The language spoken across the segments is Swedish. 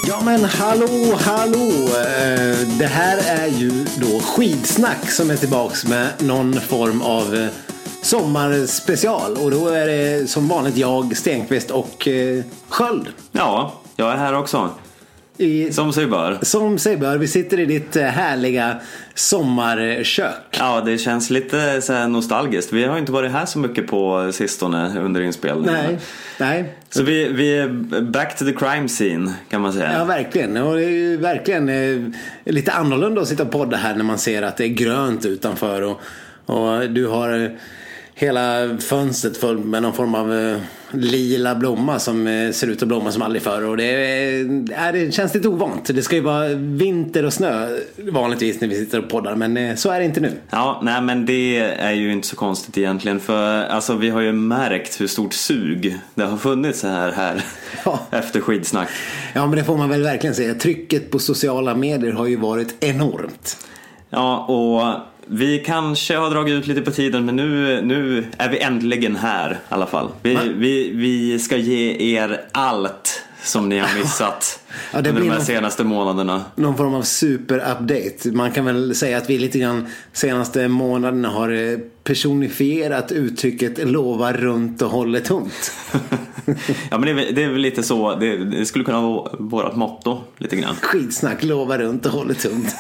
Ja men hallå. Det här är ju då Skidsnack som är tillbaks med någon form av sommarspecial. Och då är det som vanligt jag, Stenqvist och Sköld. Ja, jag är här också. Som sig bör. Som sig bör. Vi sitter i ditt härliga sommarkök. Ja, det känns lite så här nostalgiskt. Vi har inte varit här så mycket på sistone under inspelningen. Nej. Så vi är back to the crime scene, kan man säga. Ja, verkligen. Och det är ju verkligen lite annorlunda att sitta och podda här när man ser att det är grönt utanför. Och du har hela fönstret fullt med någon form av lila blomma som ser ut att blomma som aldrig förr. Och det känns lite ovant. Det ska ju vara vinter och snö vanligtvis när vi sitter och poddar. Men så är det inte nu. Ja, nej, men det är ju inte så konstigt egentligen. För alltså, vi har ju märkt hur stort sug det har funnits här efter Skidsnack. Ja, men det får man väl verkligen säga. Trycket på sociala medier har ju varit enormt. Ja, och vi kanske har dragit ut lite på tiden, men nu är vi äntligen här i alla fall. Vi ska ge er allt som ni har missat under de här senaste månaderna. Någon form av super-update. Man kan väl säga att vi lite grann senaste månaderna har personifierat uttrycket lova runt och hålla tunt. Ja, men det är väl lite så. Det skulle kunna vara vårat motto lite grann. Skidsnack, lova runt och hålla tunt.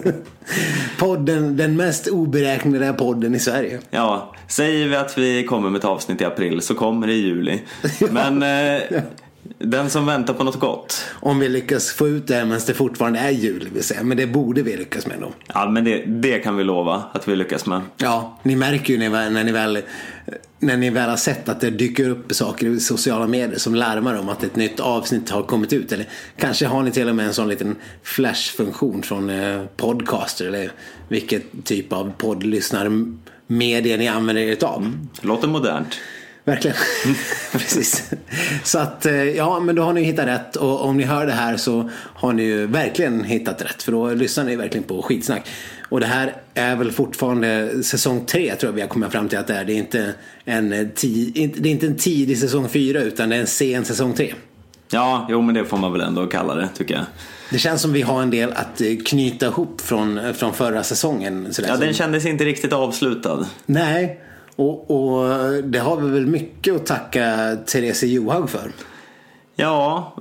Podden, den mest oberäkneliga podden i Sverige. Ja, säger vi att vi kommer med ett avsnitt i april så kommer det i juli. Men den som väntar på något gott. Om vi lyckas få ut det här medan det fortfarande är jul, vill säga. Men det borde vi lyckas med då. Ja, men det kan vi lova att vi lyckas med. Ja, ni märker ju när ni väl har sett att det dyker upp saker i sociala medier som larmar om att ett nytt avsnitt har kommit ut. Eller kanske har ni till och med en sån liten flashfunktion från podcaster eller vilket typ av poddlyssnarmedier ni använder er utav. Låter modernt. Verkligen. Precis. Så att ja, men då har ni hittat rätt. Och om ni hör det här så har ni ju verkligen hittat rätt. För då lyssnar ni verkligen på Skitsnack. Och det här är väl fortfarande säsong 3, tror jag vi har kommit fram till att det är. Det är inte en tidig säsong 4 utan det är en sen säsong 3. Ja, jo, men det får man väl ändå kalla det, tycker jag. Det känns som vi har en del att knyta ihop från förra säsongen. Ja, den kändes inte riktigt avslutad. Nej. Och det har vi väl mycket att tacka Therese Johaug för. Ja,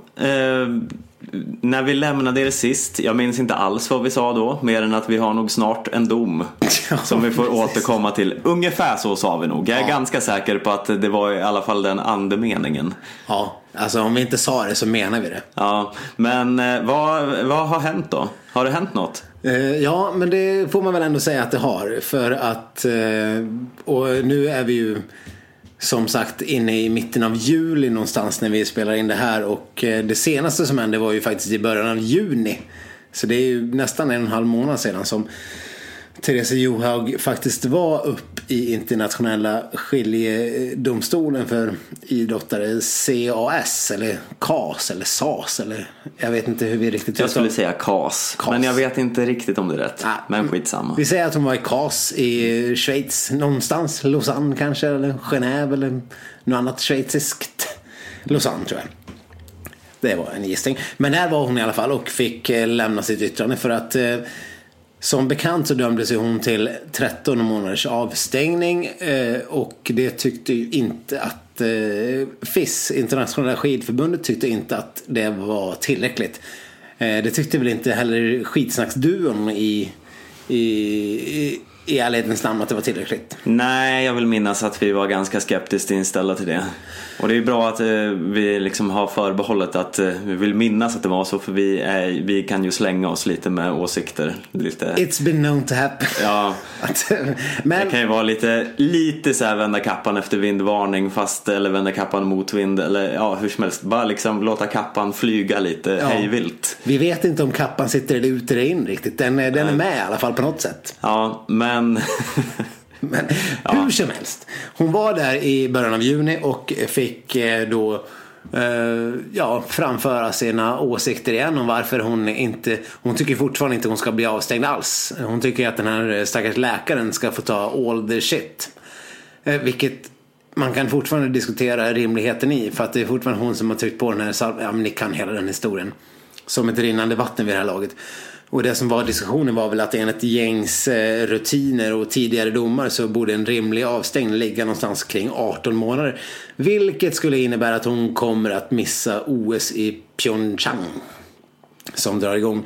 när vi lämnade er sist, jag minns inte alls vad vi sa då, mer än att vi har nog snart en dom som vi får återkomma till. Ungefär så sa vi nog. Jag är ganska säker på att det var i alla fall den andemeningen. Ja, alltså om vi inte sa det så menar vi det. Ja, men vad har hänt då? Har det hänt något? Ja, men det får man väl ändå säga att det har. För att och nu är vi ju som sagt inne i mitten av juli någonstans när vi spelar in det här. Och det senaste som hände var ju faktiskt i början av juni. Så det är ju nästan 1,5 månad sedan som Therese Johaug faktiskt var upp i internationella skiljedomstolen för idrottare CAS eller CAS eller SAS eller jag vet inte hur vi riktigt. Jag skulle säga CAS. Men jag vet inte riktigt om det är rätt. Men skitsamma. Vi säger att hon var i CAS i Schweiz någonstans, Lausanne kanske eller Genève eller något annat schweiziskt. Lausanne tror jag. Det var en gissning. Men där var hon i alla fall och fick lämna sitt yttrande för att som bekant så dömdes hon till 13 månaders avstängning och det tyckte ju inte att FIS, Internationella skidförbundet, tyckte inte att det var tillräckligt. Det tyckte väl inte heller Skitsnacksduon i ärlighetens namn att det var tillräckligt. Nej, jag vill minnas att vi var ganska skeptiskt inställda till det. Och det är bra att vi liksom har förbehållet att vi vill minnas att det var så, för vi kan ju slänga oss lite med åsikter. It's been known to happen. Ja. Men det kan ju vara lite så här vända kappan efter vindvarning eller vända kappan mot vind eller ja, hur som helst. Bara liksom låta kappan flyga lite hejvilt. Vi vet inte om kappan sitter eller ute eller in riktigt. Den är med i alla fall på något sätt. Ja, men hur som helst. Hon var där i början av juni och fick då framföra sina åsikter igen om varför hon tycker fortfarande inte hon ska bli avstängd alls. Hon tycker att den här stackars läkaren ska få ta all the shit. Vilket man kan fortfarande diskutera rimligheten i, för att det är fortfarande hon som har tryckt på den här men ni kan hela den historien. som ett rinnande vatten vid det här laget. Och det som var diskussionen var väl att enligt gängs rutiner och tidigare domar så borde en rimlig avstängning ligga någonstans kring 18 månader. Vilket skulle innebära att hon kommer att missa OS i Pyeongchang. Som drar igång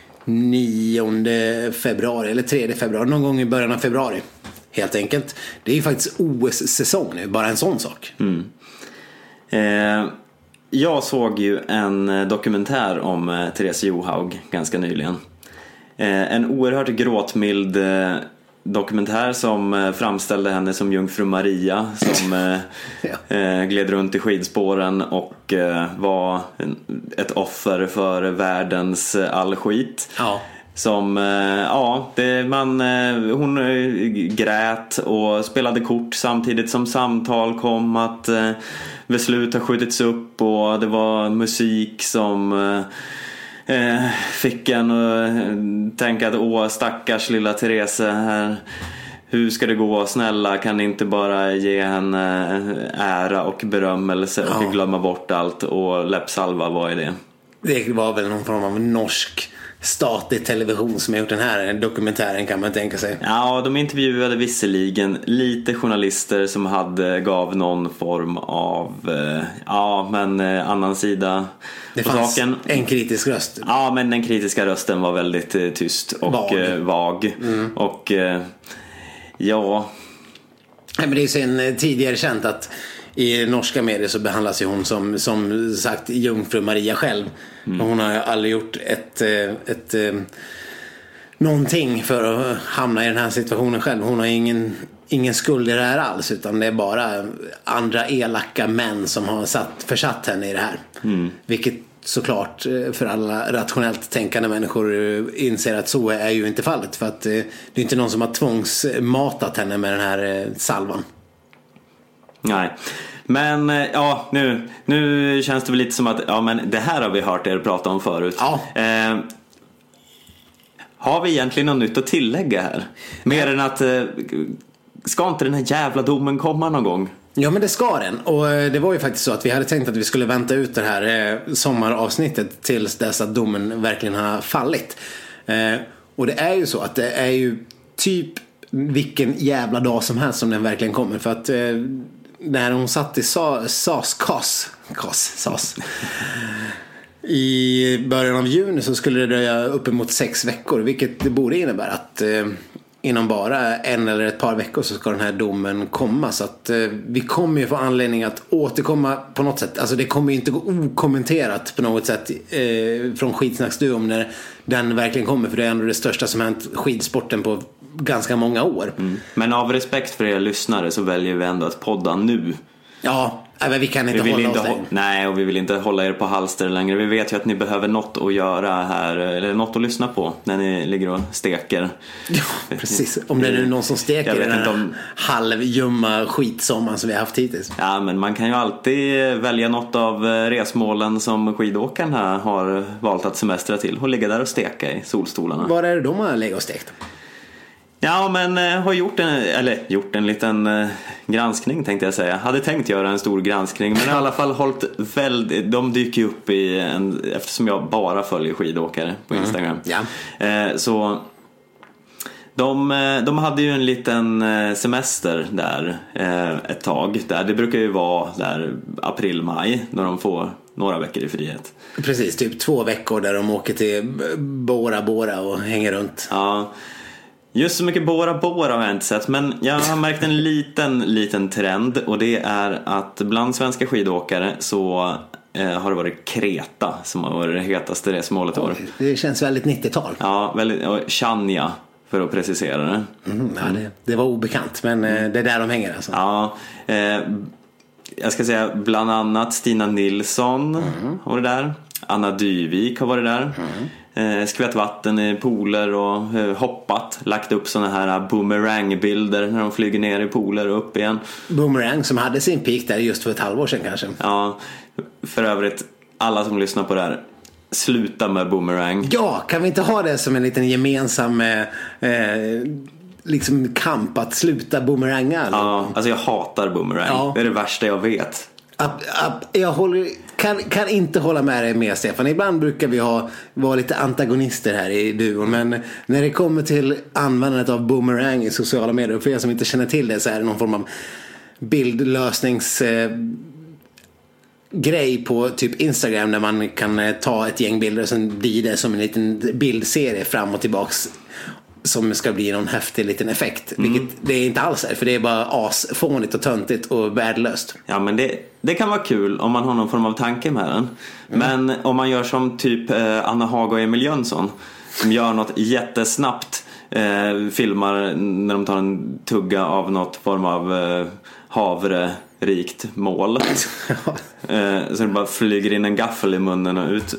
9 februari eller 3 februari. Någon gång i början av februari. Helt enkelt. Det är ju faktiskt OS-säsong nu. Bara en sån sak. Jag såg ju en dokumentär om Therese Johaug ganska nyligen. En oerhört gråtmild dokumentär som framställde henne som jungfru Maria som gled runt i skidspåren och var ett offer för världens all skit. Ja. Som, hon grät och spelade kort samtidigt som samtal kom att beslut har skjutits upp och det var musik som fick en att tänka att stackars lilla Therese här, hur ska det gå, snälla kan ni inte bara ge henne ära och berömmelse och glömma bort allt, och läppsalva, vad är det? Det var väl någon form av norsk statlig television som har gjort den här dokumentären, kan man tänka sig. Ja, de intervjuade visserligen lite journalister som gav någon form av annan sida. Det fanns saken. En kritisk röst. Ja, men den kritiska rösten var väldigt tyst och vag. Och ja. Nej, men det är ju sen tidigare känt att i norska medier så behandlas ju hon som sagt jungfru Maria själv. Hon har aldrig gjort ett någonting för att hamna i den här situationen själv. Hon har ingen skuld i det här alls, utan det är bara andra elaka män som har försatt henne i det här. Vilket såklart för alla rationellt tänkande människor inser att så är ju inte fallet, för att det är inte någon som har tvångsmatat henne med den här salvan. Nej. Men ja, nu känns det väl lite som att men det här har vi hört er prata om förut. Ja. Har vi egentligen något nytt att tillägga här? Mer än att ska inte den här jävla domen komma någon gång? Ja, men det ska den. Och det var ju faktiskt så att vi hade tänkt att vi skulle vänta ut det här sommaravsnittet tills dess att domen verkligen har fallit. Och det är ju så att det är ju typ vilken jävla dag som helst som den verkligen kommer. För att när hon satt i SAS i början av juni så skulle det dröja uppemot 6 veckor, vilket det borde innebära att inom bara 1 eller ett par veckor så ska den här domen komma. Så att vi kommer ju få anledning att återkomma på något sätt. Alltså det kommer ju inte gå okommenterat på något sätt från Skitsnacksduon när den verkligen kommer, för det är ändå det största som hänt skidsporten på ganska många år. Men av respekt för er lyssnare så väljer vi ändå att podda nu. Ja, men vi kan inte hålla oss där. Nej, och vi vill inte hålla er på halster längre. Vi vet ju att ni behöver något att göra här, eller något att lyssna på när ni ligger och steker. Ja, precis. Om det är nu någon som steker den här halvjumma skitsommaren som vi har haft hittills. Ja, men man kan ju alltid välja något av resmålen som skidåkarna har valt att semestra till och ligga där och steka i solstolarna. Var är det de har legat och stekt? Ja, men har gjort en liten granskning, tänkte jag säga. Hade tänkt göra en stor granskning, men i alla fall hållit de dyker ju upp eftersom jag bara följer skidåkare på Instagram. Så de hade ju en liten semester där ett tag där. Det brukar ju vara där april-maj när de får några veckor i frihet. Precis, typ 2 veckor där de åker till Bora och hänger runt. Ja. Just så mycket Bora har jag inte sett, men jag har märkt en liten trend, och det är att bland svenska skidåkare så har det varit Kreta som har varit det hetaste resmålet i år. Det känns väldigt 90-tal. Ja, väldigt, och Chania för att precisera det. Det var obekant, men det är där de hänger alltså. Ja, jag ska säga bland annat Stina Nilsson har varit där. Anna Dyvik har varit där. Skvätt vatten i pooler och hoppat, lagt upp såna här boomerang-bilder när de flyger ner i pooler och upp igen. Boomerang som hade sin peak där just för ett halvår sedan kanske. Ja, för övrigt, alla som lyssnar på det här, sluta med boomerang. Ja, kan vi inte ha det som en liten gemensam liksom kamp att sluta boomeranga? Ja, alltså jag hatar boomerang. Ja. Det är det värsta jag vet. Jag håller kan inte hålla med dig med, Stefan. Ibland brukar vi vara lite antagonister här i duon, men när det kommer till användandet av boomerang i sociala medier, för er som inte känner till det, så är det någon form av bildlösnings grej på typ Instagram där man kan ta ett gäng bilder och sen blir det som en liten bildserie fram och tillbaks som ska bli någon häftig liten effekt. Vilket det är inte alls är, för det är bara asfånigt och töntigt och värdelöst. Ja, men det kan vara kul om man har någon form av tanke med den. Men om man gör som typ Anna Haag och Emil Jönsson, som gör något jättesnabbt, filmar när de tar en tugga av något form av havrerikt mål. Så det bara flyger in en gaffel i munnen och ut.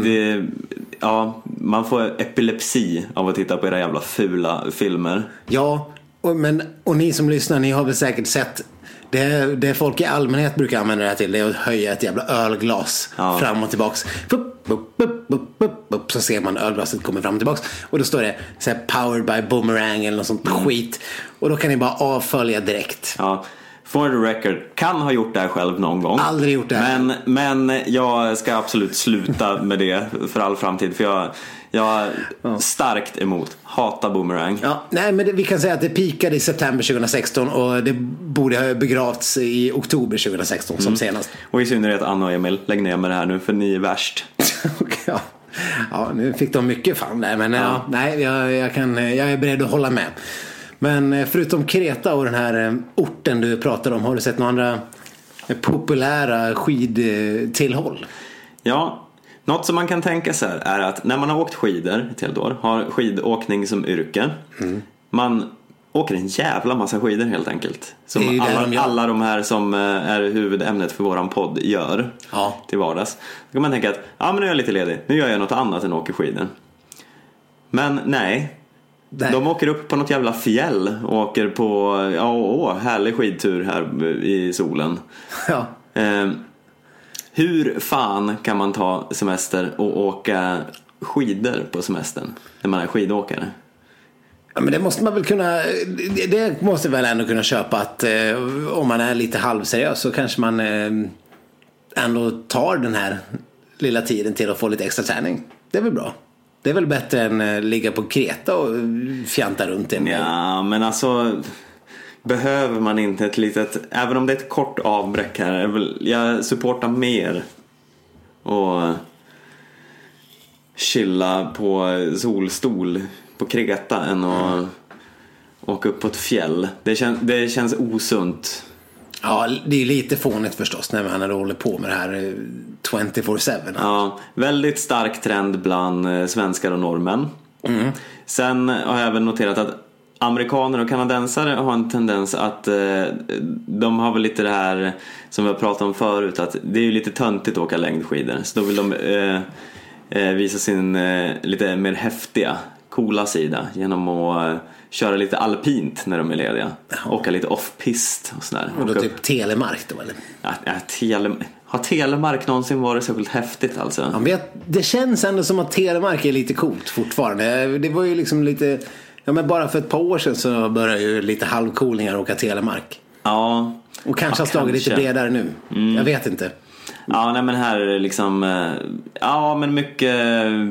Man får epilepsi av att titta på era jävla fula filmer. Ja, och ni som lyssnar, ni har väl säkert sett det folk i allmänhet brukar använda det här till, det är att höja ett jävla ölglas fram och tillbaks. Så ser man ölglaset kommer fram och tillbaks, och då står det så här, powered by boomerang eller något sånt skit, och då kan ni bara avfölja direkt. Ja, for the record, kan ha gjort det här själv någon gång. Aldrig gjort det här. Men jag ska absolut sluta med det för all framtid, för jag är starkt emot. Hata boomerang. Ja, nej, men vi kan säga att det pikade i september 2016 och det borde ha begravts i oktober 2016 som senast. Och i synnerhet Anna och Emil, lägg ner med det här nu, för ni är värst. Ja, nu fick de mycket fan där, men nej, jag är beredd att hålla med. Men förutom Kreta och den här orten du pratar om, har du sett några andra populära skidtillhåll? Ja, något som man kan tänka sig är att när man har åkt skidor ett helt år, har skidåkning som yrke, man åker en jävla massa skidor helt enkelt. Som alla de här som är huvudämnet för våran podd gör till vardags. Då kan man tänka att men nu är jag lite ledig, nu gör jag något annat än åker skidor. Men nej. De åker upp på något jävla fjäll och åker på härlig skidtur här i solen. Ja. Hur fan kan man ta semester och åka skidor på semestern när man är skidåkare? Ja, men det måste man väl kunna. Det måste väl ändå kunna köpa att om man är lite halvseriös så kanske man ändå tar den här lilla tiden till att få lite extra träning. Det är väl bra. Det är väl bättre än ligga på Kreta och fjanta runt en. Ja, men alltså behöver man inte ett litet, även om det är ett kort avbräck här, jag supportar mer och chilla på solstol på Kreta än att åka upp på ett fjäll. Det känns osunt. Ja, det är lite fånigt förstås när man håller på med det här 24/7. Ja, väldigt stark trend bland svenskar och norrmän. Sen har jag även noterat att amerikaner och kanadensare har en tendens att de har väl lite det här som vi har pratat om förut, att det är ju lite töntigt att åka längdskidor. Så då vill de visa sin lite mer häftiga, coola sida genom att köra lite alpint när de är lediga. Åka lite off-pist och sådär. Och då typ telemark då, eller? Har telemark någonsin varit särskilt häftigt alltså? Ja, men det känns ändå som att telemark är lite coolt fortfarande. Det var ju liksom lite... Ja, men bara för ett par år sedan så började ju lite halvcoolingar åka telemark. Ja. Och kanske har slagit lite bredare nu. Jag vet inte. Ja, nej, men här är det liksom... men mycket...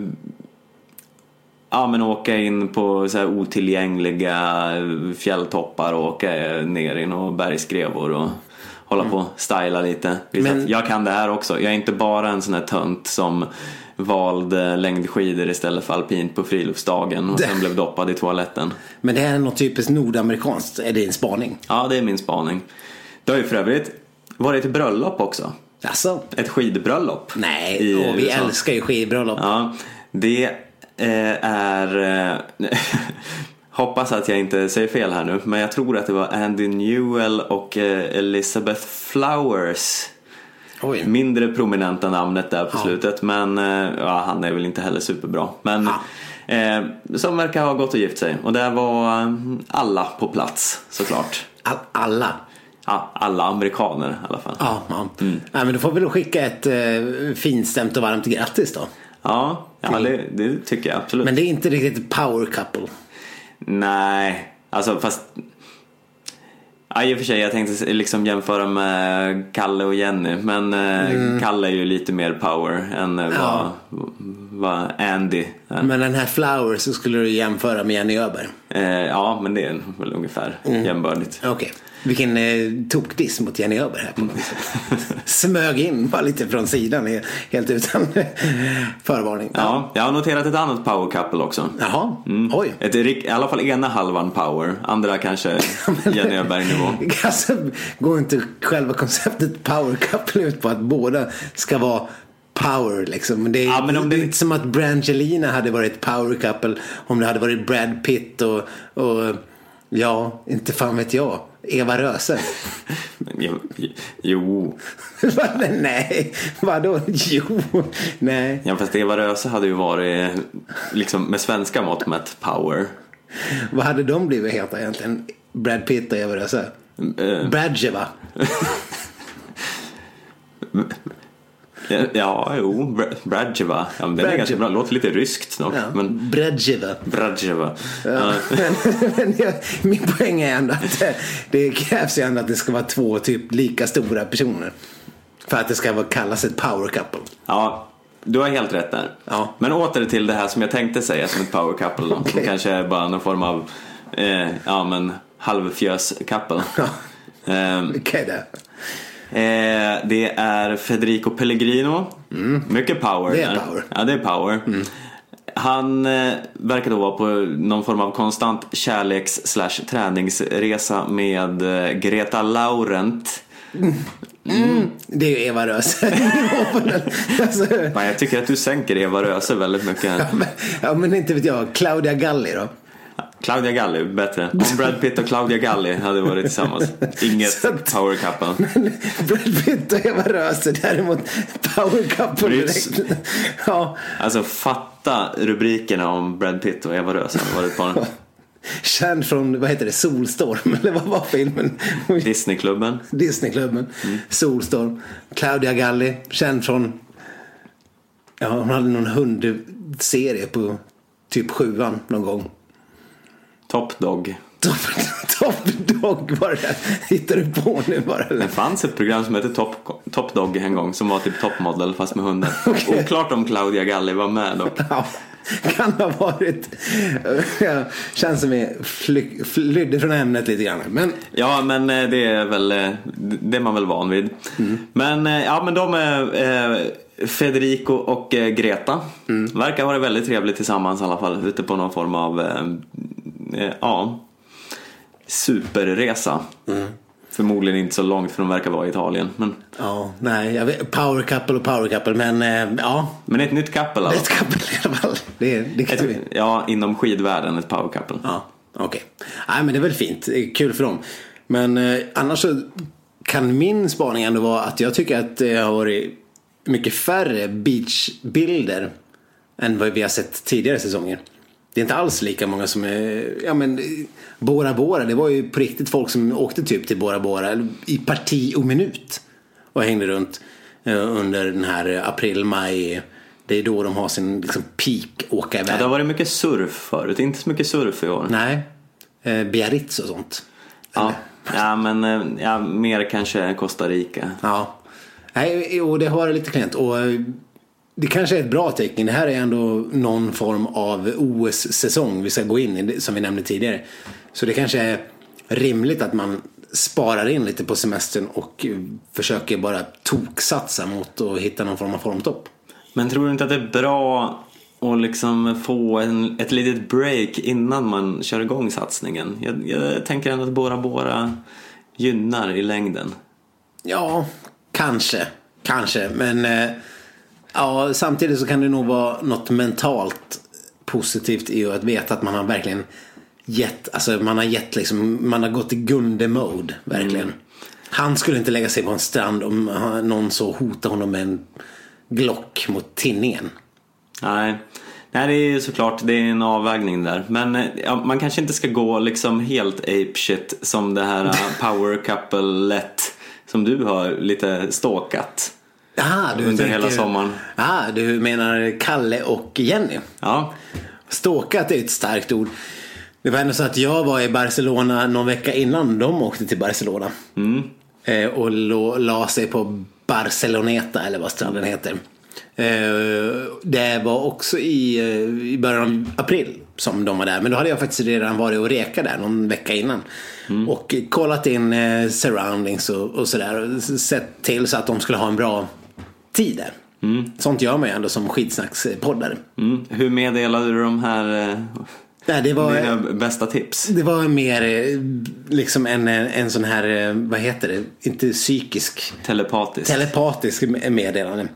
Ja, men åka in på så här otillgängliga fjälltoppar och åka ner i några bergskrevor och hålla på och styla lite. Men jag kan det här också. Jag är inte bara en sån här tönt som valde längdskidor istället för alpint på friluftsdagen och sen blev doppad i toaletten. Men det här är något typiskt nordamerikanskt. Är det en spaning? Ja, det är min spaning. Det har ju för övrigt varit ett bröllop också. Alltså? Ett skidbröllop. Nej, vi älskar ju skidbröllop. Ja, det är hoppas att jag inte säger fel här nu, men jag tror att det var Andy Newell och Elizabeth Flowers. Oj. Mindre prominenta namnet där på slutet, men han är väl inte heller superbra, men som verkar ha gått och gift sig, och där var alla på plats såklart. Alla? Ja, alla amerikaner i alla fall. Ja. Nej, men då får vi väl skicka ett finstämt och varmt grattis då. Ja, det tycker jag absolut. Men det är inte riktigt ett power couple. Nej, alltså fast Ja, i och för sig, jag tänkte liksom jämföra med Kalle och Jenny. Men Kalle är ju lite mer power än vad Andy är. Men den här Flower så skulle du jämföra med Jenny Öberg. Ja, men det är väl ungefär jämbördigt. Okej. Vilken tokdiss mot Jenny Öberg här på smög in bara lite från sidan helt utan förvarning. Ja, jag har noterat ett annat power couple också. Jaha, oj. I alla fall ena halvan power, andra kanske Jenny Öberg-nivå. Alltså, går inte själva konceptet power couple ut på att båda ska vara power liksom. Det är inte som att Brangelina hade varit power couple om det hade varit Brad Pitt och ja, inte fan vet jag, Eva Röse. Jo. Nej, vadå? Jo, nej. Ja, fast Eva Röse hade ju varit liksom med svenska mått mätt power. Vad hade de blivit heta egentligen? Brad Pitt och Eva Röse? Bradjeva. Ja, jo, Bradjeva. Ja, det är ganska bra, låter lite ryskt dock. Ja, men Bradjeva. Ja. Men min poäng är ändå att det krävs ju ändå att det ska vara två typ lika stora personer för att det ska kallas ett power couple. Ja, du har helt rätt där. Ja. Men åter till det här som jag tänkte säga som ett power couple då, okay. Som kanske är bara någon form av halvfjös couple. Okej det. Det är Federico Pellegrino. Mycket power. Det är där. Power. Ja, det är power. Han verkar då vara på någon form av konstant kärleks/träningsresa med Greta Laurent. Det är ju Eva Röse. Alltså. Jag tycker att du sänker Eva Röse väldigt mycket. Ja, men inte vet jag. Claudia Galli då. Claudia Galli, bättre. Om Brad Pitt och Claudia Galli hade varit tillsammans. Inget power couple. Brad Pitt och Eva Röse däremot power couple direkt. Ja. Alltså fatta rubrikerna om Brad Pitt och Eva Röse hade varit på. Känd från, vad heter det, Solstorm eller vad var filmen? Disneyklubben. Solstorm. Claudia Galli, känd från, ja, hon hade någon hundserie på typ 7:an någon gång. Top Dog var det. Hittar du på nu bara? Det fanns ett program som hette Top Dog en gång som var typ toppmodell fast med hundar. Okay. Oklart om Claudia Galli var med dock. Ja, kan ha varit. Känns som jag flydde från ämnet lite grann. Men... Ja, men det är väl det är man väl van vid. Men ja, men de är Federico och Greta verkar vara väldigt trevligt tillsammans i alla fall, ute på någon form av superresa. Förmodligen inte så långt för de verkar vara i Italien, men ja, nej, jag vet, power couple men ja. Men ett nytt couple alltså. Ett couple i alla fall. Det kan vi. Ja, inom skidvärlden ett power couple. Ja, okej. Nej, men det är väl fint. Det är kul för dem. Men annars så kan min spaning ändå vara att jag tycker att det har varit mycket färre beachbilder än vad vi har sett tidigare säsonger. Det är inte alls lika många som är, ja men Bora Bora, det var ju på riktigt folk som åkte typ till Bora Bora i parti och minut och hängde runt under den här april-maj. Det är då de har sin liksom peak åka iväg. Ja, det har varit mycket surf förut, inte så mycket surf i år. Nej, Biarritz och sånt. Ja, men mer kanske Costa Rica. Ja, nej, och det har varit lite klent. Och det kanske är ett bra tecken. Det här är ändå någon form av OS-säsong vi ska gå in i, som vi nämnde tidigare. Så det kanske är rimligt att man sparar in lite på semestern och försöker bara toksatsa mot att hitta någon form av formtopp. Men tror du inte att det är bra att liksom få ett litet break innan man kör igång satsningen? Jag tänker ändå att Bora gynnar i längden. Ja, kanske. Men ja, samtidigt så kan det nog vara något mentalt positivt i att veta att man har verkligen man har gått i Gunde-mode verkligen. Han skulle inte lägga sig på en strand om någon så hotar honom med en Glock mot tinningen. Nej, det är ju såklart, det är en avvägning där. Men man kanske inte ska gå liksom helt apeshit som det här power couple-let som du har lite stalkat. Under hela sommaren. Du menar Kalle och Jenny? Ja. Stalkat är ett starkt ord. Det var ändå så att jag var i Barcelona någon vecka innan de åkte till Barcelona. Och la sig på Barceloneta, eller vad stranden heter. Det var också i början av april som de var där. Men då hade jag faktiskt redan varit och reka där någon vecka innan. Och kollat in surroundings och sådär. Och sett till så att de skulle ha en bra tid där. Sånt gör man ju ändå som skitsnackspoddare. Hur meddelade du de här det var dina bästa tips? Det var mer liksom en sån här, vad heter det? Inte psykisk. Telepatisk meddelande.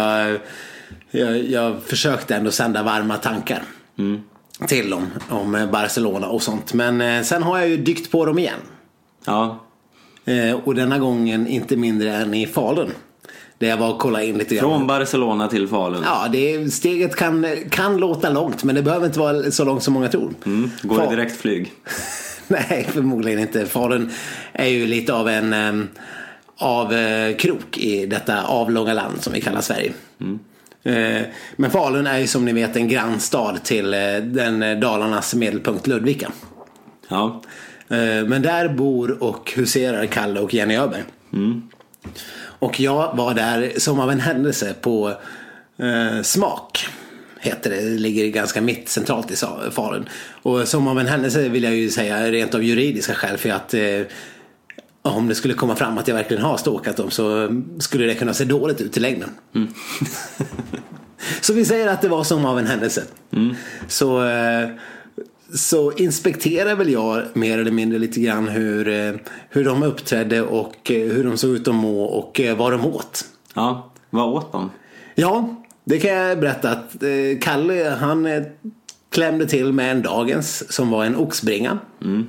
Jag försökte ändå sända varma tankar till dem om Barcelona och sånt. Men sen har jag ju dykt på dem igen. Ja. Och denna gången inte mindre än i Falun. Där jag var och kolla in lite grann. Från Barcelona till Falun. Ja, steget kan låta långt, men det behöver inte vara så långt som många tror. Går det direkt flyg? Nej, förmodligen inte. Falun är ju lite av en krok i detta avlånga land som vi kallar Sverige. Men Falun är ju som ni vet en grannstad till den Dalarnas medelpunkt Ludvika. Ja. Men där bor och huserar Kalle och Jenny Öberg. Och jag var där som av en händelse på Smak heter det, ligger ganska mitt centralt i Falun. Och som av en händelse vill jag ju säga rent av juridiska skäl, för att om det skulle komma fram att jag verkligen har stalkat dem så skulle det kunna se dåligt ut i längden. Så vi säger att det var som av en händelse. Så inspekterar väl jag mer eller mindre lite grann hur de uppträdde och hur de såg ut att må och vad de åt. Ja, vad åt de? Ja, det kan jag berätta att Kalle, han klämde till med en dagens som var en oxbringa.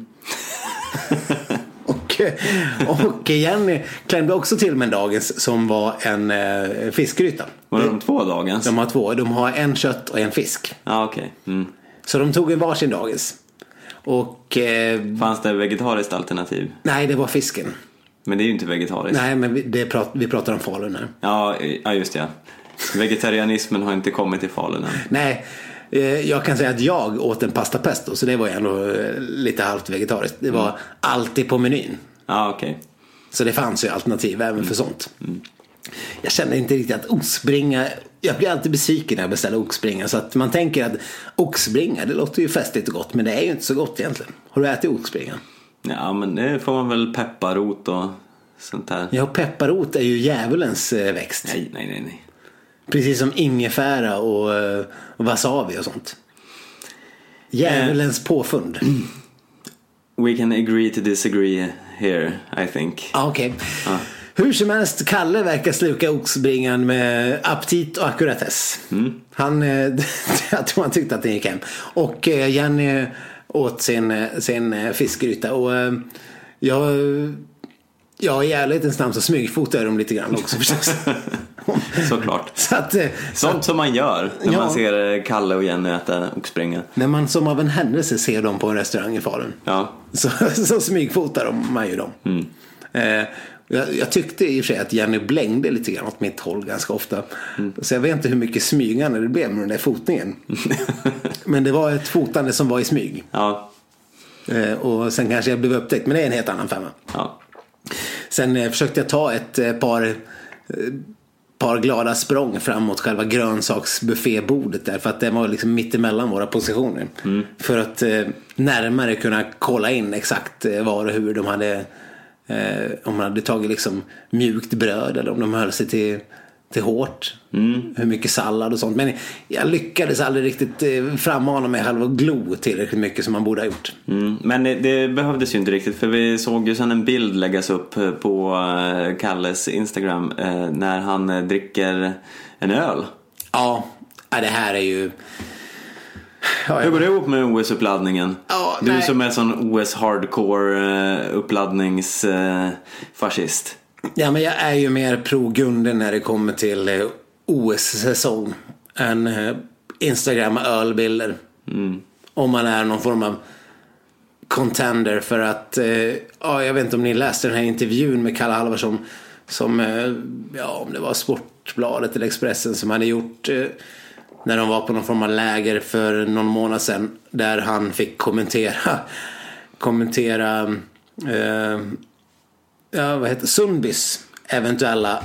och Jenny klämde också till med en dagens som var en fiskgryta. Var de 2 dagens? De har 2, de har en kött och en fisk. Ja, okej. Så de tog en varsin dagens. Och fanns det vegetariskt alternativ? Nej, det var fisken. Men det är ju inte vegetariskt. Nej, men vi pratar om Falun här. Ja, just det. Vegetarianismen har inte kommit till Falun än. Nej, jag kan säga att jag åt en pasta pesto, så det var ju ändå lite halvt vegetariskt. Det var alltid på menyn. Ja, okej. Så det fanns ju alternativ även för sånt. Jag känner inte riktigt att oxbringa... Jag blir alltid besviken när jag beställer oxbringa. Så att man tänker att oxbringa, det låter ju festligt och gott, men det är ju inte så gott egentligen. Har du ätit oxbringa? Ja, men det får man väl pepparrot och sånt där. Ja, pepparrot är ju djävulens växt. Nej. Precis som ingefära och wasabi och sånt. Djävulens påfund. We can agree to disagree here, I think. Okej. Hur som helst, Kalle verkar sluka oxbringan med aptit och ackuratess. Jag tror han tyckte att det gick hem. Och Jenny åt sin fiskgryta. Och jag i ärlighetens namn så smygfotade dem lite grann också förstås. Såklart. Sånt som man gör när man ser Kalle och Jenny äta oxbringa. När man som av en händelse ser dem på en restaurang i Falun. Ja. Så smygfotar man ju dem. Jag tyckte i och för sig att Jenny blängde lite grann åt mitt håll ganska ofta. Så jag vet inte hur mycket smygande det blev med den där fotningen. Men det var ett fotande som var i smyg. Ja. Och sen kanske jag blev upptäckt, men det är en helt annan femma. Ja. Sen försökte jag ta ett par glada språng fram mot själva grönsaksbuffébordet där, för att det var liksom mitt emellan våra positioner. För att närmare kunna kolla in exakt var och hur de hade, om man hade tagit liksom mjukt bröd eller om de höll sig till hårt. Hur mycket sallad och sånt. Men jag lyckades aldrig riktigt frammana mig själv och glo tillräckligt mycket som man borde ha gjort. Men det behövdes ju inte riktigt, för vi såg ju sen en bild läggas upp på Kalles Instagram när han dricker en öl. Ja, det här är ju... Hur går det ihop med OS-uppladdningen? Du nej. som är sån OS-hardcore uppladdningsfascist. Ja, men jag är ju mer pro-Gunde när det kommer till OS-säsong än Instagram-ölbilder. Om man är någon form av contender, för att jag vet inte om ni läste den här intervjun med Kalle Halvarsson som om det var Sportbladet eller Expressen som hade gjort när de var på någon form av läger för någon månad sedan, där han fick kommentera Sundbys eventuella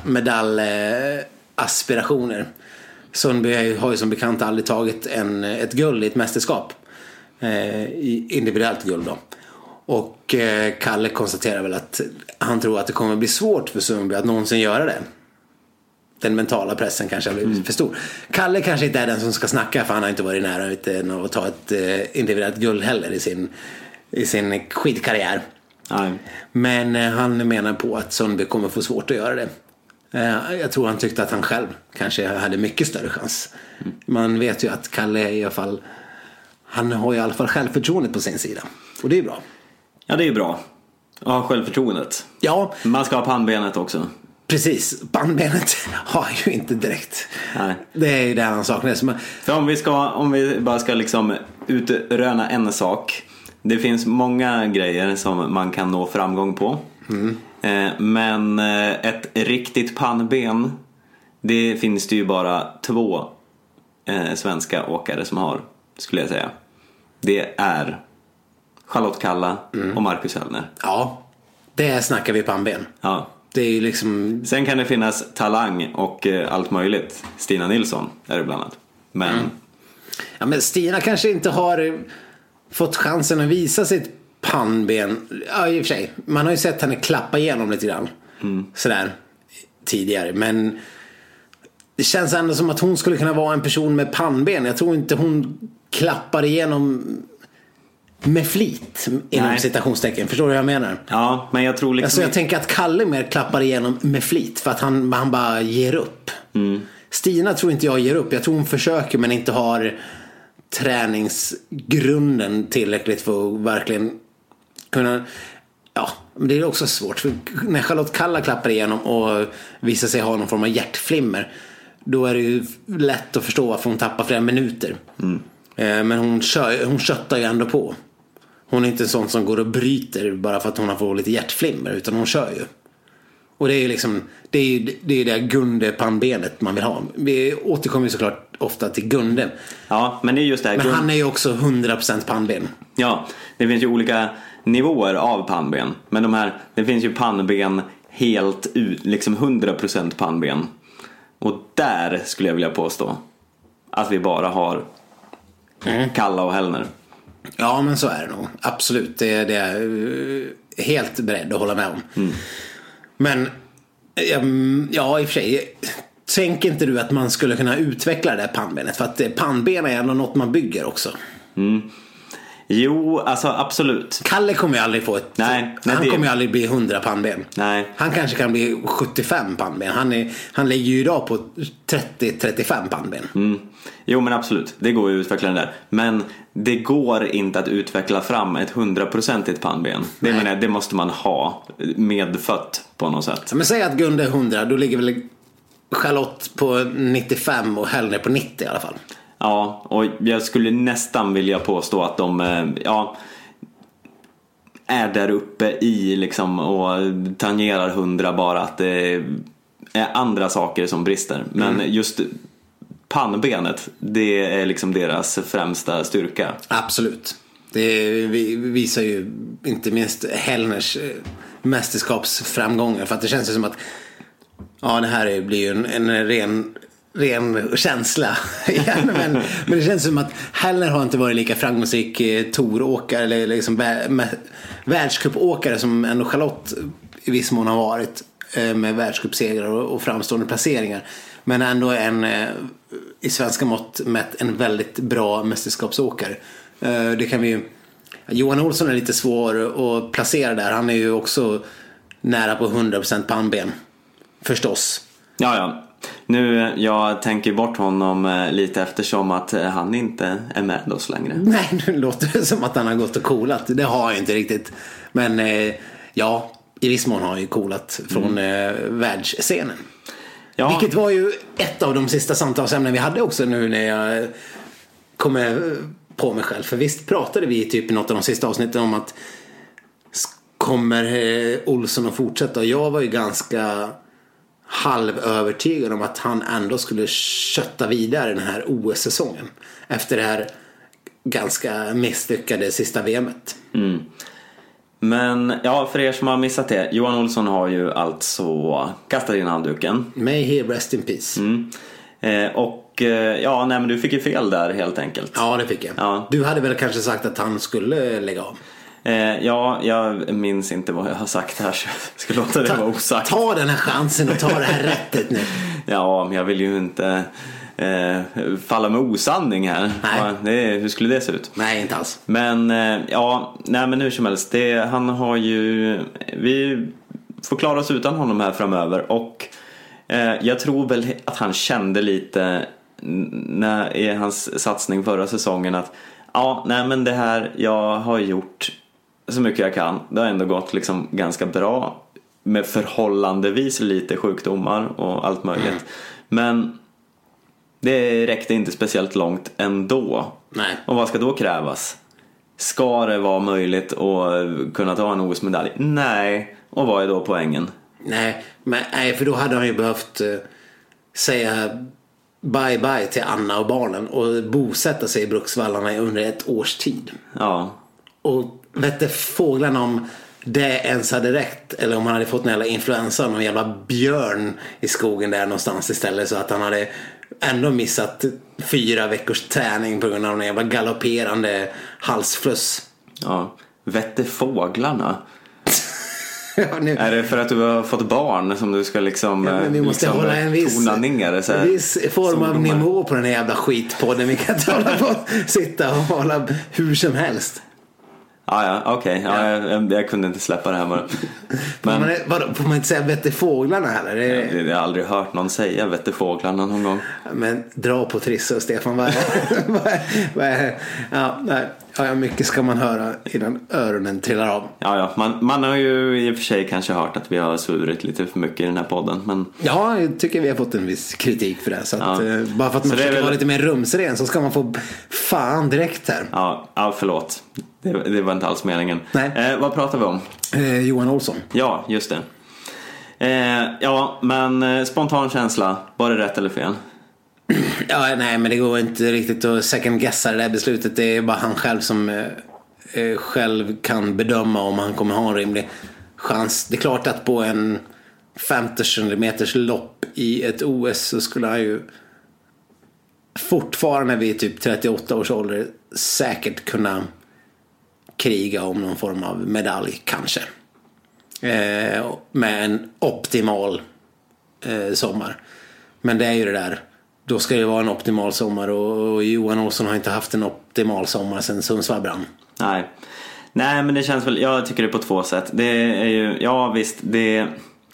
medaljaspirationer. Sundby har ju som bekant aldrig tagit ett guld i ett mästerskap, individuellt guld då. Och Kalle konstaterar väl att han tror att det kommer bli svårt för Sundby att någonsin göra det. Den mentala pressen kanske har blivit för stor. Kalle kanske inte är den som ska snacka, för han har inte varit nära att ta ett individuellt guld heller i sin skidkarriär. Nej. Men han menar på att Sundby kommer få svårt att göra det. Jag tror han tyckte att han själv kanske hade mycket större chans. Man vet ju att Kalle i alla fall, han har i alla fall självförtroendet på sin sida. Och det är bra. Ja, det är ju bra. Ja, självförtroendet. Ja. Man ska ha pannbenet också. Precis, pannbenet har ju inte direkt. Nej. Det är ju det han saknar. För om vi bara ska liksom utröna en sak. Det finns många grejer som man kan nå framgång på. Men ett riktigt pannben, det finns det ju bara 2 svenska åkare som har, skulle jag säga. Det är Charlotte Kalla och Marcus Hellner. Ja, det snackar vi pannben. Ja. Det är ju liksom... Sen kan det finnas talang och allt möjligt. Stina Nilsson är det bland annat. Men... Ja, men Stina kanske inte har fått chansen att visa sitt pannben. Ja, i och för sig. Man har ju sett henne klappa igenom lite grann. Sådär tidigare. Men det känns ändå som att hon skulle kunna vara en person med pannben. Jag tror inte hon klappar igenom med flit inom citationstecken. Förstår du vad jag menar? Ja, men jag tror liksom... Alltså jag tänker att Kalle mer klappar igenom med flit, för att han bara ger upp. Stina tror inte jag ger upp. Jag tror hon försöker, men inte har träningsgrunden tillräckligt för att verkligen kunna... Ja, men det är också svårt. För när Charlotte Kalla klappar igenom och visar sig ha någon form av hjärtflimmer, då är det ju lätt att förstå varför hon tappar flera minuter. Men hon köttar ju ändå på. Hon är inte en sån som går och bryter bara för att hon har fått lite hjärtflimmer, utan hon kör ju. Och det är ju liksom, det är det Gunde pannbenet man vill ha. Vi återkommer ju såklart ofta till Gunde. Ja, men det är just det här. Men han är ju också 100% pannben. Ja, det finns ju olika nivåer av pannben. Men det finns ju pannben helt ut, liksom 100% pannben. Och där skulle jag vilja påstå att vi bara har Kalla och Hellner. Ja, men så är det nog. Absolut, det är jag helt beredd att hålla med om. Men ja, i och för sig, tänker inte du att man skulle kunna utveckla det här pannbenet? För att pannben är ändå något man bygger också. Jo, alltså absolut. Kalle kommer ju aldrig få han kommer ju aldrig bli 100 pannben. Nej. Han kanske kan bli 75 pannben. Han ligger ju idag på 30-35 pannben. Jo, men absolut, det går ju att utveckla den där. Men det går inte att utveckla fram ett 100% pannben. Det måste man ha medfött på något sätt. Men säg att Gunde är 100, då ligger väl Charlotte på 95 och Hellner på 90 i alla fall. Ja, och jag skulle nästan vilja påstå att de är där uppe i liksom, och tangerar 100, bara att det är andra saker som brister. Men just pannbenet, det är liksom deras främsta styrka. Absolut. Det visar ju inte minst Hellners mästerskapsframgångar. För att det känns som att det här blir ju en ren känsla igen, men det känns som att Hellner har inte varit lika framgångsrik toråkare eller liksom världscupåkare som ändå Charlotte i viss mån har varit, med världscupsegrar och framstående placeringar, men ändå i svenska mått mätt en väldigt bra mästerskapsåkare. Det kan vi ju... Johan Olsson är lite svår att placera där. Han är ju också nära på 100% pannben, förstås. Ja. Nu, jag tänker bort honom lite eftersom att han inte är med oss längre. Nej, nu låter det som att han har gått och coolat. Det har jag inte riktigt. Men ja, i viss mån har han ju coolat från världsscenen. Ja. Vilket var ju ett av de sista samtalsämnen vi hade också nu när jag kommer på mig själv. För visst pratade vi typ i något av de sista avsnitten om att kommer Olsson att fortsätta. Och jag var ju ganska halvövertygad om att han ändå skulle kötta vidare den här OS-säsongen efter det här ganska misslyckade sista VM:et. Men ja, för er som har missat det, Johan Olsson har ju alltså kastat in handduken. May he rest in peace. Men du fick ju fel där helt enkelt. Ja, det fick jag. Ja. Du hade väl kanske sagt att han skulle lägga av? Jag minns inte vad jag har sagt här, så jag ska låta det vara osagt. Ta den här chansen och ta det här rättet nu. Ja, men jag vill ju inte falla med osanning här. Hur skulle det se ut? Nej, inte alls. Men men hur som helst, han har ju, vi får klara oss utan honom här framöver. Och jag tror väl att han kände lite i hans satsning förra säsongen att men det här, jag har gjort så mycket jag kan. Det har ändå gått liksom ganska bra med förhållandevis lite sjukdomar och allt möjligt. Men det räckte inte speciellt långt ändå. Nej. Och vad ska då krävas? Ska det vara möjligt att kunna ta en OS-medalj? Nej. Och vad är då poängen? Nej, för då hade han ju behövt säga bye bye till Anna och barnen och bosätta sig i Bruksvallarna under ett års tid. Ja. Och vet fåglarna om det ens hade räckt, eller om han hade fått en jävla influensa, någon jävla björn i skogen där någonstans istället, så att han hade ändå missat 4 veckors träning på grund av en jävla galopperande halsfluss. Ja, vette fåglarna. Nu. Är det för att du har fått barn som du ska liksom, vi måste hålla en viss, tona ner så här, en viss form av nivå på den här jävla skitpodden. Vi kan inte hålla på sitta och hålla hur som helst. Okej. Jag kunde inte släppa det här bara. Men får man inte säga vette fåglarna heller? Jag har aldrig hört någon säga vette fåglarna någon gång. Men dra på Trisse och Stefan. Mycket ska man höra innan öronen trillar av. Man har ju i och för sig kanske hört att vi har svurit lite för mycket i den här podden, men ja, jag tycker vi har fått en viss kritik för det, så att, bara för att man försöker vara lite mer rumsren så ska man få fan direkt här. Förlåt. Det var inte alls meningen. Nej. Vad pratar vi om? Johan Olsson. Ja, just det. Men spontan känsla, var det rätt eller fel? Men det går inte riktigt att second guessa det där beslutet. Det är bara han själv som själv kan bedöma om han kommer ha en rimlig chans. Det är klart att på en 50 meters lopp i ett OS så skulle han ju fortfarande vid typ 38 års ålder säkert kunna kriga om någon form av medalj kanske. Med en optimal sommar. Men det är ju det där. Då ska det vara en optimal sommar, och Johan Olsson har inte haft en optimal sommar sedan Sundsvall brann. Nej, men det känns väl, jag tycker det på 2 sätt. Det är ju, visst, det,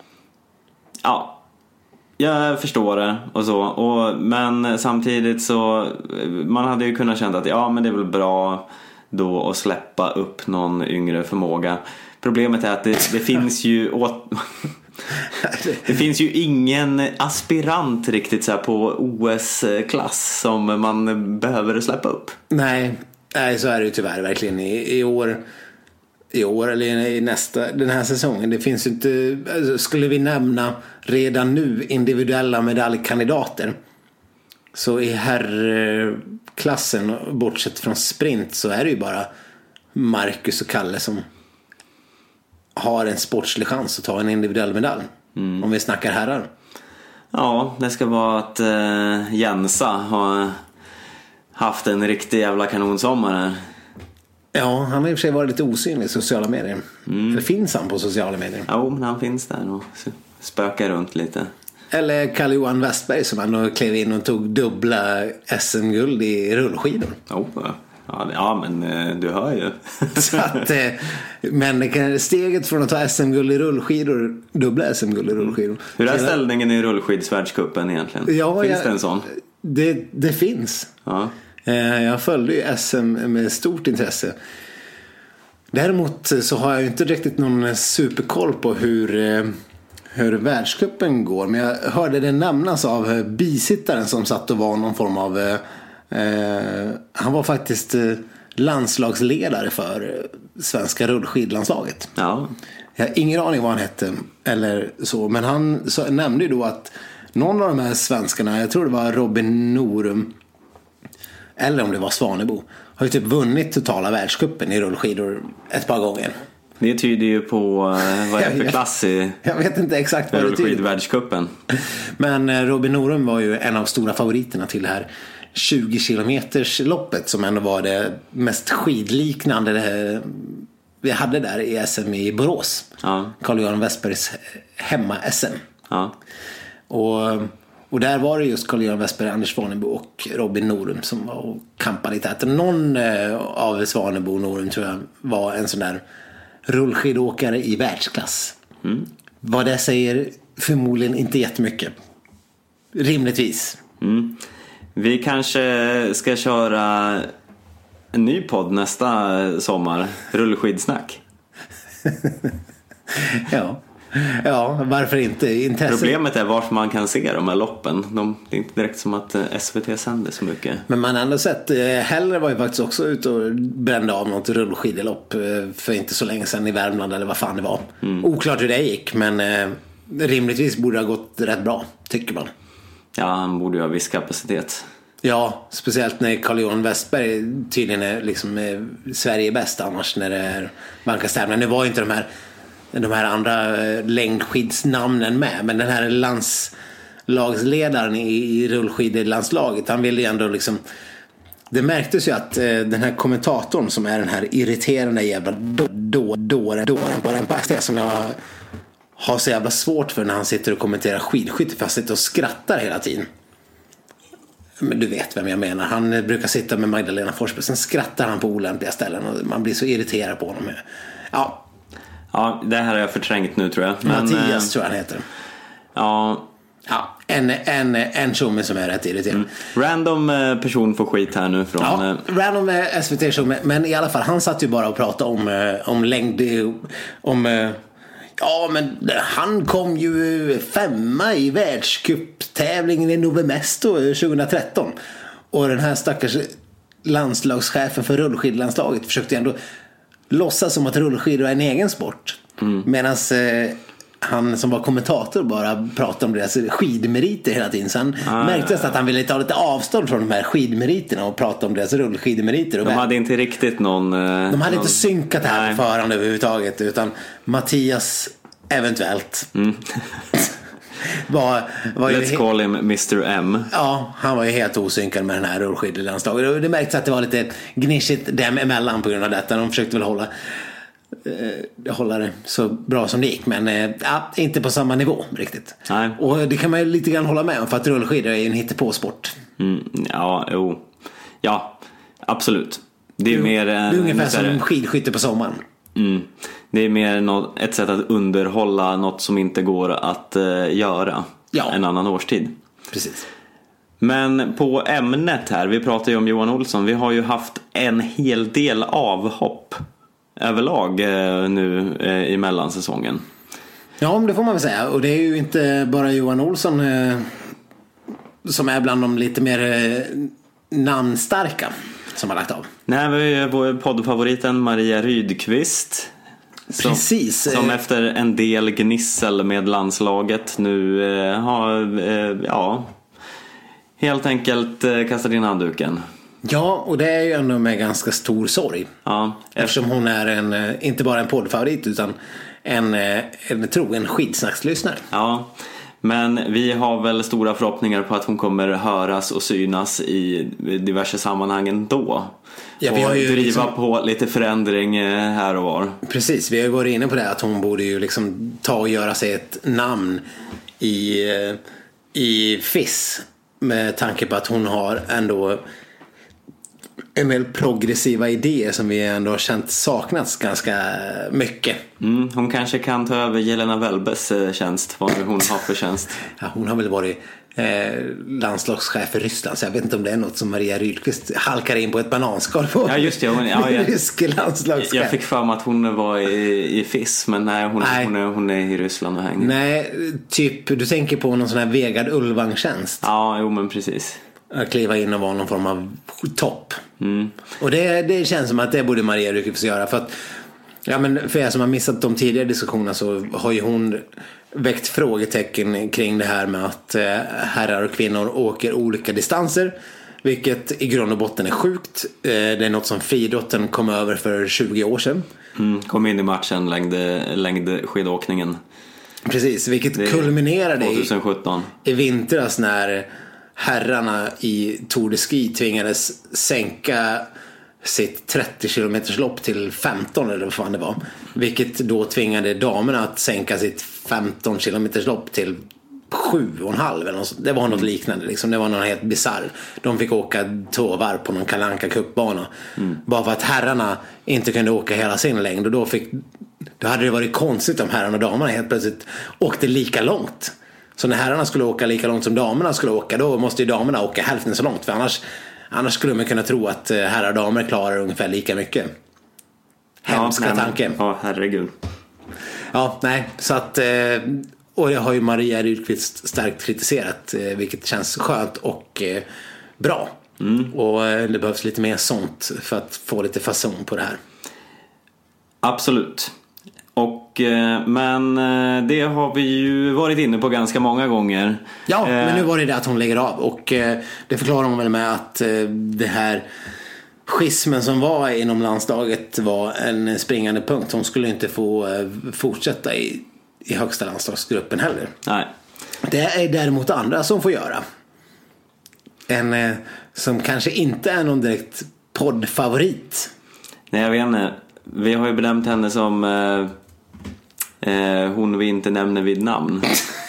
jag förstår det och så, men samtidigt så man hade ju kunnat känna att men det är väl bra då att släppa upp någon yngre förmåga. Problemet är att det finns ju det finns ju ingen aspirant riktigt så här på OS-klass som man behöver släppa upp. Nej, så är det ju tyvärr verkligen i år eller i den här säsongen. Det finns ju inte, skulle vi nämna redan nu individuella medaljkandidater, så i herrklassen, bortsett från sprint, så är det ju bara Marcus och Kalle som har en sportslig chans att ta en individuell medalj. Om vi snackar herrar. Ja, det ska vara att Jensa har haft en riktig jävla kanonsommar här. Ja, han har i och för sig varit lite osynlig i sociala medier. Eller finns han på sociala medier? Ja, men han finns där och spökar runt lite. Eller Carl-Johan Westberg som ändå klev in och tog dubbla SM-guld i rullskidor. Ja, men du hör ju. Så att, men steget från att ta SM-guld i rullskidor, dubbla SM-guld i rullskidor. Hur är ställningen i rullskidsvärldscupen egentligen? Finns det en sån? Det finns. Ja. Jag följde ju SM med stort intresse. Däremot så har jag ju inte riktigt någon superkoll på hur världscupen går. Men jag hörde det nämnas av bisittaren som satt och var någon form av han var faktiskt landslagsledare för svenska rullskidlandslaget. Ja. Jag har ingen aning vad han hette eller så, men han nämnde ju då att någon av de här svenskarna, jag tror det var Robin Norum eller om det var Svanebo, har ju typ vunnit totala världscupen i rullskidor ett par gånger. Det tyder ju på vad är det för klass i jag vet inte exakt vad det tyder. Rullskidvärldscupen. Men Robin Norum var ju en av stora favoriterna till det här 20 kilometers loppet som ändå var det mest skidliknande vi hade där i SM i Borås. Ja. Carl-Johan Westbergs hemma-SM. Ja. Och där var det just Carl-Johan Westberg, Anders Svanebo och Robin Norum som var och kampade lite. Att någon av Svanebo och Norum tror jag var en sån där rullskidåkare i världsklass. Vad det säger förmodligen inte jättemycket. Rimligtvis. Vi kanske ska köra en ny podd nästa sommar. Rullskidsnack. Ja, varför inte? Intresse. Problemet är varför man kan se de här loppen. Det är inte direkt som att SVT sänder så mycket. Men man har ändå sett, Heller var ju faktiskt också ute och brände av något rullskidelopp för inte så länge sedan i Värmland eller vad fan det var. Oklart hur det gick, men rimligtvis borde det ha gått rätt bra, tycker man. Ja, han borde ju ha viss kapacitet. Ja, speciellt när Carl-Johan Westberg tydligen är liksom Sverige bäst annars när det är vankastävlingar. Nu var ju inte de här andra längdskidsnamnen med, men den här landslagsledaren i rullskidlandslaget, han ville ju ändå liksom, det märktes ju att den här kommentatorn som är den här irriterande jävla dåren på den passet som jag har så jävla svårt för när han sitter och kommenterar skidskytte, för han sitter och skrattar hela tiden. Men du vet vem jag menar. Han brukar sitta med Magdalena Forsberg, sen skrattar han på olämpliga ställen och man blir så irriterad på honom. Ja, det här har jag förträngt nu tror jag. Mattias tror jag han heter. Ja, en tjomme som är rätt irriterad. Random person får skit här nu från... random SVT-tjomme. Men i alla fall, han satt ju bara och pratade om längd, men han kom ju 5:a i världscuptävlingen i Nove Mesto 2013. Och den här stackars landslagschefen för rullskidlandslaget försökte ändå låtsas som att rullskidor är en egen sport. Medan han som var kommentator bara pratade om deras skidmeriter hela tiden. Sen märktes att han ville ta lite avstånd från de här skidmeriterna och prata om deras rullskidmeriter. De hade inte riktigt någon... De hade inte synkat det här på förhand överhuvudtaget, utan Mattias eventuellt Let's call him Mr. M. Ja, han var ju helt osynkad med den här rullskidlandslaget. Och det märktes att det var lite gnishigt dem emellan på grund av detta. De försökte väl hålla det så bra som det gick, men inte på samma nivå riktigt. Nej. Och det kan man ju lite grann hålla med om, för att rullskidor är ju en hittepåsport. Ja, absolut. Det är mer det är ungefär som skidskytte på sommaren. Det är mer ett sätt att underhålla något som inte går att göra en annan årstid. Precis. Men på ämnet här, vi pratar ju om Johan Olsson. Vi har ju haft en hel del avhopp överlag nu i mellansäsongen. Ja, det får man väl säga. Och det är ju inte bara Johan Olsson som är bland de lite mer namnstarka som har lagt av. Nej, vi är vår poddfavoriten Maria Rydqvist. Precis. Som efter en del gnissel med landslaget nu har helt enkelt kastat in handduken. Ja, och det är ju ändå med ganska stor sorg. Ja. Eftersom hon är inte bara en poddfavorit utan en trogen skidsnackslyssnare. Ja, men vi har väl stora förhoppningar på att hon kommer höras och synas i diverse sammanhang ändå. Ja, vi har ju driva på lite förändring här och var. Precis, vi har ju varit inne på det, att hon borde ju liksom ta och göra sig ett namn i FIS, med tanke på att hon har ändå en del progressiva idéer som vi ändå har känt saknats ganska mycket. Hon kanske kan ta över Jelena Welbes tjänst, vad hon har för tjänst. Ja, hon har väl varit landslagschef för Ryssland, så jag vet inte om det är något som Maria Rydqvist halkar in på ett bananskal på. Ja, just det. Rysk landslagschef. Jag fick för mig att hon var i FIS, men nej, hon är i Ryssland och hänger. Nej, typ du tänker på någon sån här Vegard Ulvang-tjänst. Ja, jo men precis. Att kliva in och vara någon form av topp. Och det känns som att det borde Maria Rydqvist göra, för att Ja, men för er som har missat de tidigare diskussionerna så har ju hon väckt frågetecken kring det här med att herrar och kvinnor åker olika distanser, vilket i grund och botten är sjukt. Det är något som friidrotten kom över för 20 år sedan. Kom in i matchen, längdskidåkningen. Precis, vilket kulminerade 2017 i vintras när herrarna i Tour de Ski tvingades sänka sitt 30 kilometerslopp till 15 eller vad fan det var. Vilket då tvingade damerna att sänka sitt 15 kilometerslopp till 7,5 eller något. Det var något liknande liksom. Det var något helt bizarr. De fick åka 2 varv på någon Kalle Anka cupbana. Bara för att herrarna inte kunde åka hela sin längd. Och då hade det varit konstigt om herrarna och damerna helt plötsligt åkte lika långt. Så när herrarna skulle åka lika långt som damerna skulle åka, då måste ju damerna åka hälften så långt. För annars skulle man kunna tro att herrar och damer klarar ungefär lika mycket. Hemska tanke. Ja, herregud. Ja, nej. Så att, och det har ju Maria Rydqvist starkt kritiserat, vilket känns skönt och bra. Och det behövs lite mer sånt för att få lite fason på det här. Absolut. Men det har vi ju varit inne på ganska många gånger. Ja, men nu var det att hon lägger av. Och det förklarar hon väl med att det här schismen som var inom landslaget var en springande punkt. Hon skulle inte få fortsätta i högsta landslagsgruppen heller. Nej. Det är däremot andra som får göra. En som kanske inte är någon direkt poddfavorit. Nej, jag vet inte. Vi har ju benämnt henne som hon vi inte nämner vid namn.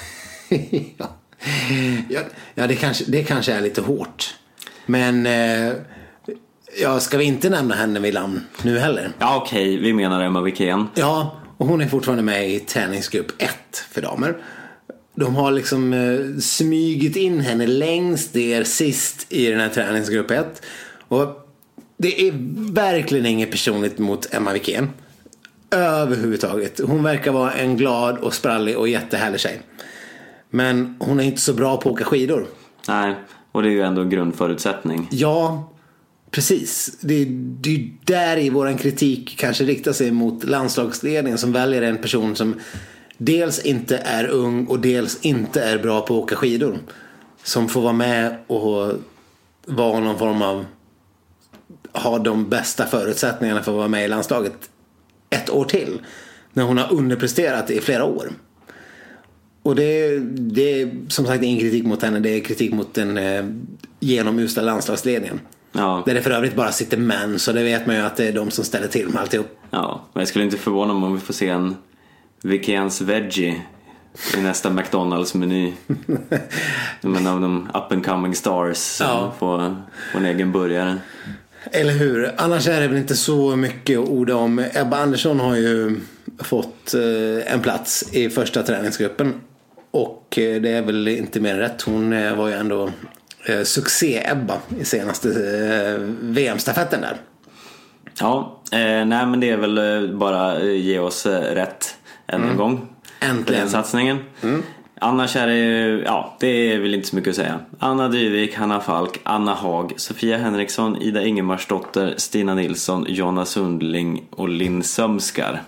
Ja, det kanske är lite hårt. Men ska vi inte nämna henne vid namn nu heller? Ja, okej. Vi menar Emma Wikén. Ja, och hon är fortfarande med i träningsgrupp 1 för damer. De har liksom smygit in henne längst ner sist i den här träningsgrupp 1. Och det är verkligen inget personligt mot Emma Wikén överhuvudtaget. Hon verkar vara en glad och sprallig och jättehärlig tjej. Men hon är inte så bra på att åka skidor. Nej, och det är ju ändå en grundförutsättning. Ja, precis. Det är där i våran kritik kanske riktar sig mot landslagsledningen som väljer en person som dels inte är ung och dels inte är bra på att åka skidor. Som får vara med och vara någon form av ha de bästa förutsättningarna för att vara med i landslaget ett år till. När hon har underpresterat i flera år. Och det är som sagt ingen kritik mot henne. Det är kritik mot den genomusla landslagsledningen. Ja. Där det för övrigt bara sitter män. Så det vet man ju att det är de som ställer till med alltihop. Ja, men jag skulle inte förvåna mig om vi får se en Wikéns veggie i nästa McDonalds-meny. Men av de up and coming stars som får en egen burgare. Eller hur? Annars är det väl inte så mycket att orda om. Ebba Andersson har ju fått en plats i första träningsgruppen. Och det är väl inte mer rätt. Hon var ju ändå succé-Ebba i senaste VM-stafetten där. Ja, nej men det är väl bara ge oss rätt en gång. Äntligen. Den satsningen. Annars är det det är väl inte så mycket att säga. Anna Dyvik, Hanna Falk, Anna Haag, Sofia Henriksson, Ida Ingemarsdotter, Stina Nilsson, Jonna Sundling och Linn Sömskar.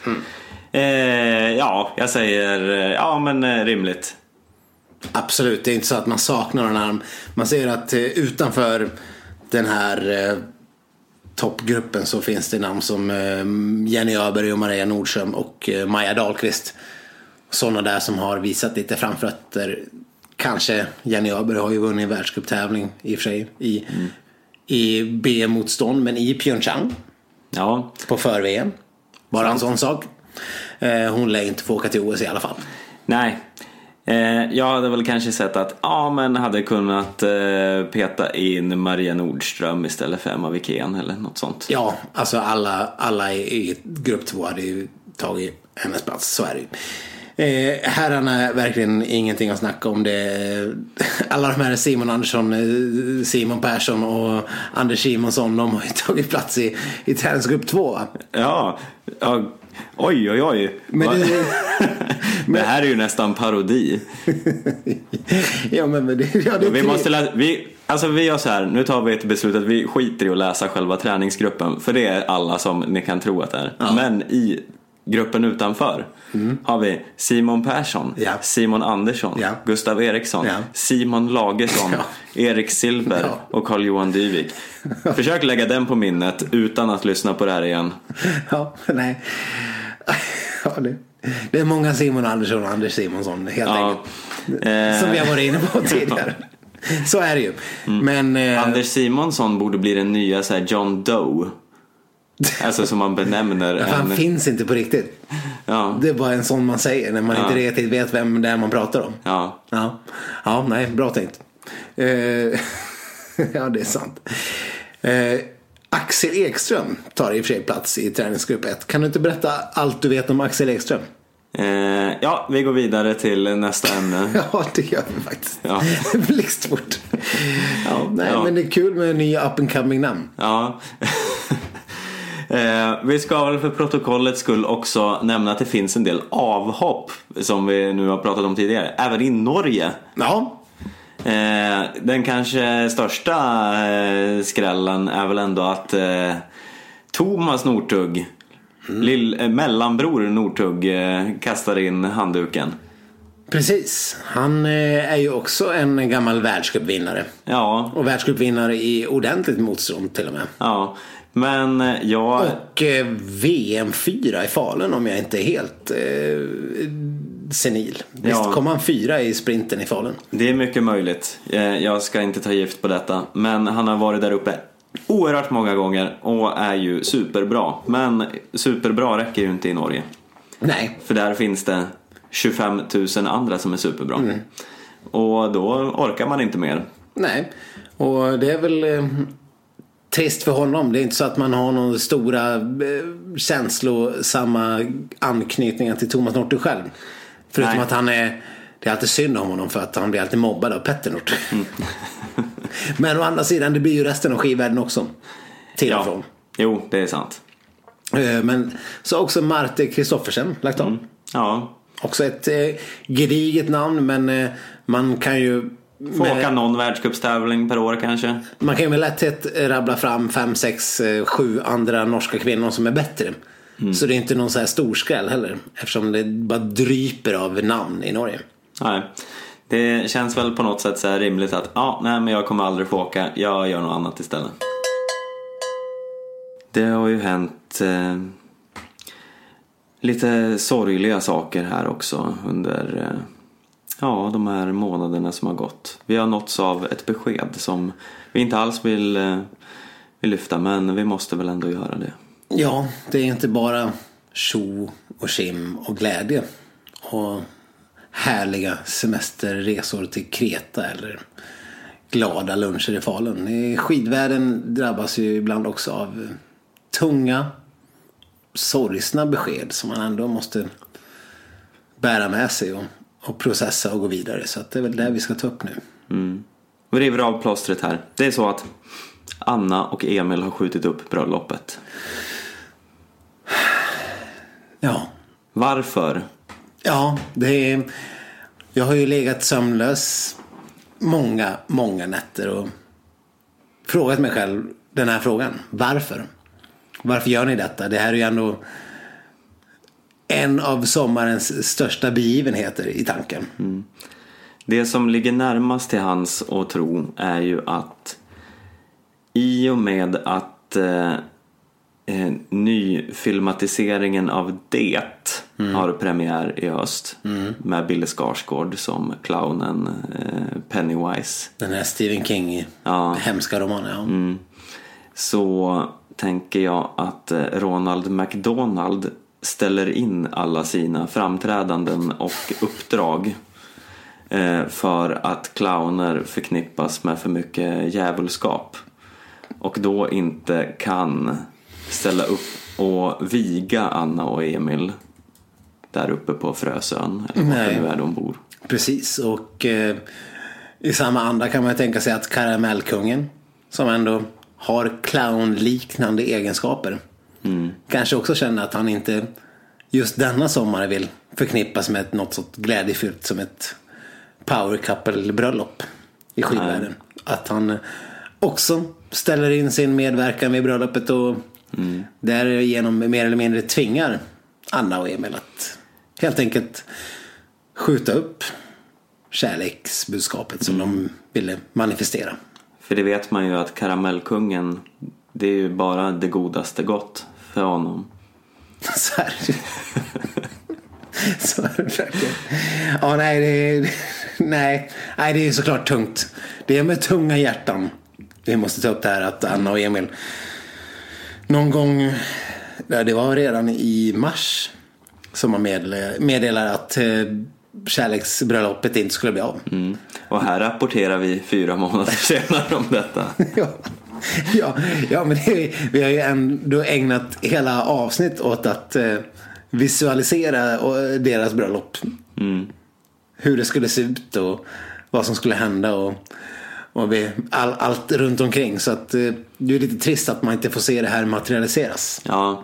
Jag säger men rimligt. Absolut, det är inte så att man saknar den här. Man ser att utanför den här toppgruppen så finns det namn som Jenny Öberg och Maria Nordström och Maja Dahlqvist. Sådana där som har visat lite framfötter. Kanske Jenny Öberg har ju vunnit världscuptävling i och för sig i B-motstånd, men i Pyeongchang. Ja. På för-VM. Bara en sån sak. Hon lär inte få åka till OS i alla fall. Nej. Jag hade väl kanske sett att hade kunnat peta in Maria Nordström istället för Emma Wikén eller något sånt. Ja, alltså alla i grupp 2 hade ju tagit hennes plats, så är det ju. Herrarna är verkligen ingenting att snacka om det. Alla de här Simon Andersson, Simon Persson och Anders Simonsson, de har ju tagit plats i träningsgrupp 2. Ja. Oj. Men det här är ju nästan parodi. Ja, men det vi måste vi gör så här. Nu tar vi ett beslut att vi skiter i att läsa själva träningsgruppen, för det är alla som ni kan tro att det är. Ja. Men i gruppen utanför har vi Simon Persson, Simon Andersson, Gustav Eriksson, Simon Lagersson, Erik Silver och Carl-Johan Dyvik. Försök lägga den på minnet utan att lyssna på det här igen. Ja, nej. Ja, det är många Simon Andersson och Anders Simonsson helt enkelt. Som vi har varit inne på tidigare. Så är det ju. Men Anders Simonsson borde bli den nya så här John Doe. Alltså som man benämner han finns inte på riktigt. Ja. Det är bara en sån man säger när man inte riktigt vet vem det är man pratar om. Ja, nej, bra tänkt. Ja, det är sant. Axel Ekström tar i och för sig plats i träningsgrupp 1. Kan du inte berätta allt du vet om Axel Ekström? Ja, vi går vidare till nästa ämne. Ja, det gör vi faktiskt. Blixtfort. Men det är kul med nya up and coming namn. Ja. Vi ska väl för protokollets skull också nämna att det finns en del avhopp som vi nu har pratat om tidigare, även i Norge. Ja. Den kanske största skrällen är väl ändå att Thomas Northug, mellanbror Northug, kastar in handduken. Precis, han är ju också en gammal världscupvinnare. Ja. Och världscupvinnare i ordentligt motstånd till och med. Ja. Men och VM-4 i Falun, om jag inte är helt senil. Visst kom han 4 i sprinten i Falun? Det är mycket möjligt. Jag ska inte ta gift på detta. Men han har varit där uppe oerhört många gånger och är ju superbra. Men superbra räcker ju inte i Norge. Nej. För där finns det 25 000 andra som är superbra. Och då orkar man inte mer. Nej, och det är väl trist för honom. Det är inte så att man har någon stora känslosamma anknytningar till Thomas Northug själv. Förutom att han är, det är alltid synd om honom för att han blir alltid mobbad av Petter Northug. Men å andra sidan, det blir ju resten av skivvärlden också. Till och från. Jo, det är sant. Men så också Marte Kristoffersen lagt av. Ja. Också ett gediget namn, men man kan ju åka någon världscupstävling per år kanske. Man kan ju med lätthet rabbla fram 5, 6, 7 andra norska kvinnor som är bättre. Så det är inte någon så här stor skräll heller, eftersom det bara dryper av namn i Norge. Nej, det känns väl på något sätt så här rimligt att men jag kommer aldrig få åka, jag gör något annat istället. Det har ju hänt lite sorgliga saker här också under de här månaderna som har gått. Vi har nåtts av ett besked som vi inte alls vill lyfta, men vi måste väl ändå göra det. Ja, det är inte bara tjo och kim och glädje och härliga semesterresor till Kreta eller glada luncher i Falun. Skidvärlden drabbas ju ibland också av tunga, sorgsna besked som man ändå måste bära med sig och processa och gå vidare. Så att det är väl det vi ska ta upp nu. Vi river av plåstret här. Det är så att Anna och Emil har skjutit upp bröllopet. Ja. Varför? Ja, jag har ju legat sömnlös många nätter och frågat mig själv den här frågan. Varför? Varför gör ni detta? Det här är ju ändå en av sommarens största begivenheter i tanken. Det som ligger närmast till hans att tro är ju att i och med att nyfilmatiseringen av Det har premiär i höst med Bill Skarsgård som clownen Pennywise. Den här Stephen King hemska romanen. Ja. Så tänker jag att Ronald McDonald ställer in alla sina framträdanden och uppdrag för att clowner förknippas med för mycket djävulskap och då inte kan ställa upp och viga Anna och Emil där uppe på Frösön eller var det nu är de bor. Precis, och i samma anda kan man tänka sig att Karamellkungen, som ändå har clown-liknande egenskaper, kanske också känner att han inte just denna sommar vill förknippas med något så glädjefyllt som ett power couple-bröllop i skidvärlden. Att han också ställer in sin medverkan vid bröllopet och därigenom mer eller mindre tvingar Anna och Emil att helt enkelt skjuta upp kärleksbudskapet som de ville manifestera. För det vet man ju att Karamellkungen, det är ju bara det godaste gott för honom. Så här. Så här. Ja, nej, det är såklart tungt. Det är med tunga hjärtan. Vi måste ta upp det här att Anna och Emil någon gång, det var redan i mars, som man meddelar att kärleksbröllopet inte skulle bli av. Och här rapporterar vi 4 månader senare om detta. Ja, men vi har ju ändå ägnat hela avsnitt åt att visualisera deras bröllop. Hur det skulle se ut och vad som skulle hända och allt runt omkring. Så att det är lite trist att man inte får se det här materialiseras.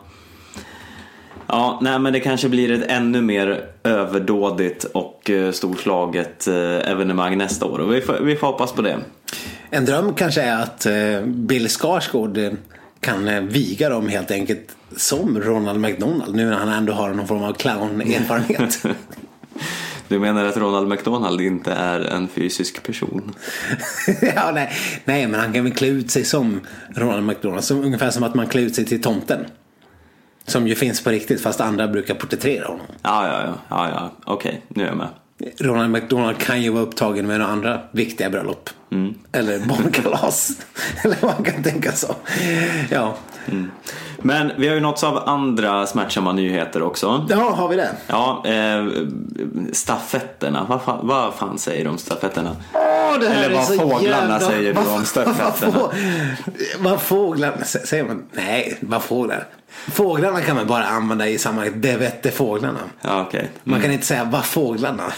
Ja, nej, men det kanske blir ett ännu mer överdådigt och storslaget evenemang nästa år. Och vi får hoppas på det. En dröm kanske är att Bill Skarsgård kan viga dem helt enkelt som Ronald McDonald, nu när han ändå har någon form av clown-erfarenhet. Du menar att Ronald McDonald inte är en fysisk person? Ja, nej, men han kan väl klä ut sig som Ronald McDonald, ungefär som att man klär ut sig till tomten. Som ju finns på riktigt, fast andra brukar porträttera honom. Ja, okej, nu är jag med. Ronald McDonald kan ju vara upptagen med några andra viktiga bröllop. Eller barnkalas. Eller vad man kan tänka så. Ja. Men vi har ju nåtts av andra smärtsamma nyheter också. Ja, har vi det? Ja, stafetterna. Vad fan säger de om stafetterna? Det här eller vad fåglarna säger du om stafetterna? Vad fåglarna säger man? Nej, vad fåglar. Fåglarna kan man bara använda i sammanhanget. Det vette fåglarna. Ja, okay. Man kan inte säga vad fåglarna.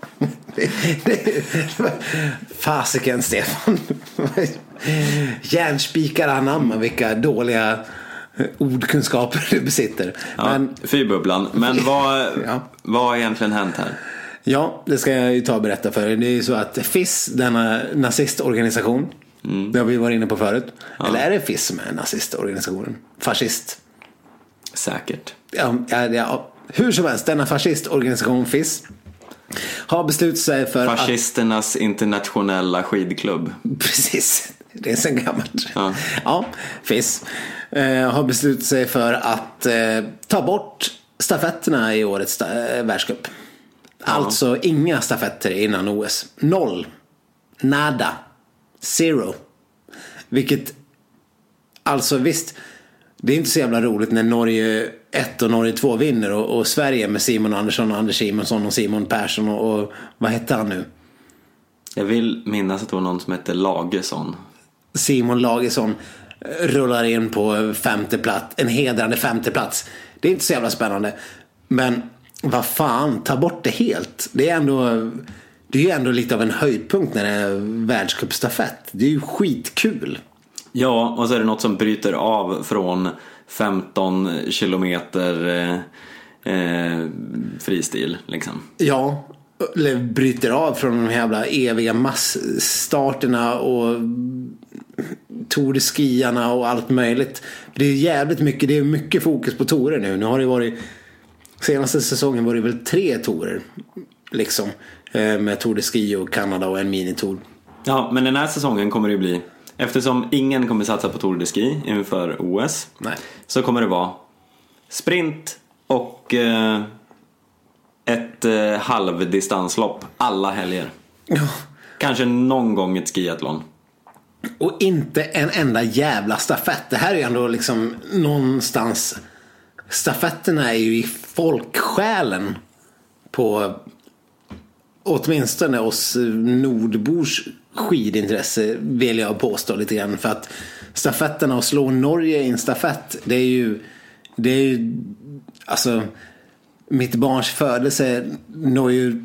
Fasiken, Stefan. Järnspikar anamma vilka dåliga ordkunskaper du besitter. Men fyrbubblan. Men vad har egentligen hänt här? Ja, det ska jag ju ta och berätta för er. Det är ju så att FIS, denna nazistorganisation, det har vi varit inne på förut. Eller är det FIS som är nazistorganisationen? Fascist. Säkert. Ja, hur som helst, denna fascistorganisation FIS har beslutat sig för Fascisternas internationella skidklubb. Precis, det är sen gammalt. Ja, FIS har beslutat sig för att ta bort stafetterna i årets världscup. Alltså inga stafetter innan OS. 0. Nada. 0. Vilket, alltså visst, det är inte så jävla roligt när Norge 1 och Norge 2 vinner och Sverige med Simon Andersson och Anders Simonsson och Simon Persson och vad hette han nu? Jag vill minnas att det var någon som hette Lagesson. Simon Lagesson rullar in på 5:e plats, en hedrande 5:e plats. Det är inte så jävla spännande. Men vad fan, ta bort det helt. Det är ju ändå lite av en höjdpunkt när det är världscupstafett. Det är ju skitkul. Ja, och så är det något som bryter av från 15 kilometer fristil liksom. Ja, eller bryter av från de jävla eviga massstarterna och Tour de Skiarna och allt möjligt. Det är jävligt mycket, det är mycket fokus på tourer nu. Nu har det varit, senaste säsongen var det väl 3 tourer liksom, med Tour de Ski och Kanada och en minitour. Ja, men den här säsongen kommer det bli, eftersom ingen kommer satsa på Tour de Ski inför OS. Nej. Så kommer det vara sprint och ett halvdistanslopp alla helger. Ja. Kanske någon gång ett skiathlon. Och inte en enda jävla stafett. Det här är ju ändå liksom någonstans, stafetterna är ju i folksjälen på åtminstone oss nordbors skidintresse, vill jag påstå lite grann. För att stafetterna och slå Norge i en stafett, det är ju alltså, mitt barns födelse når ju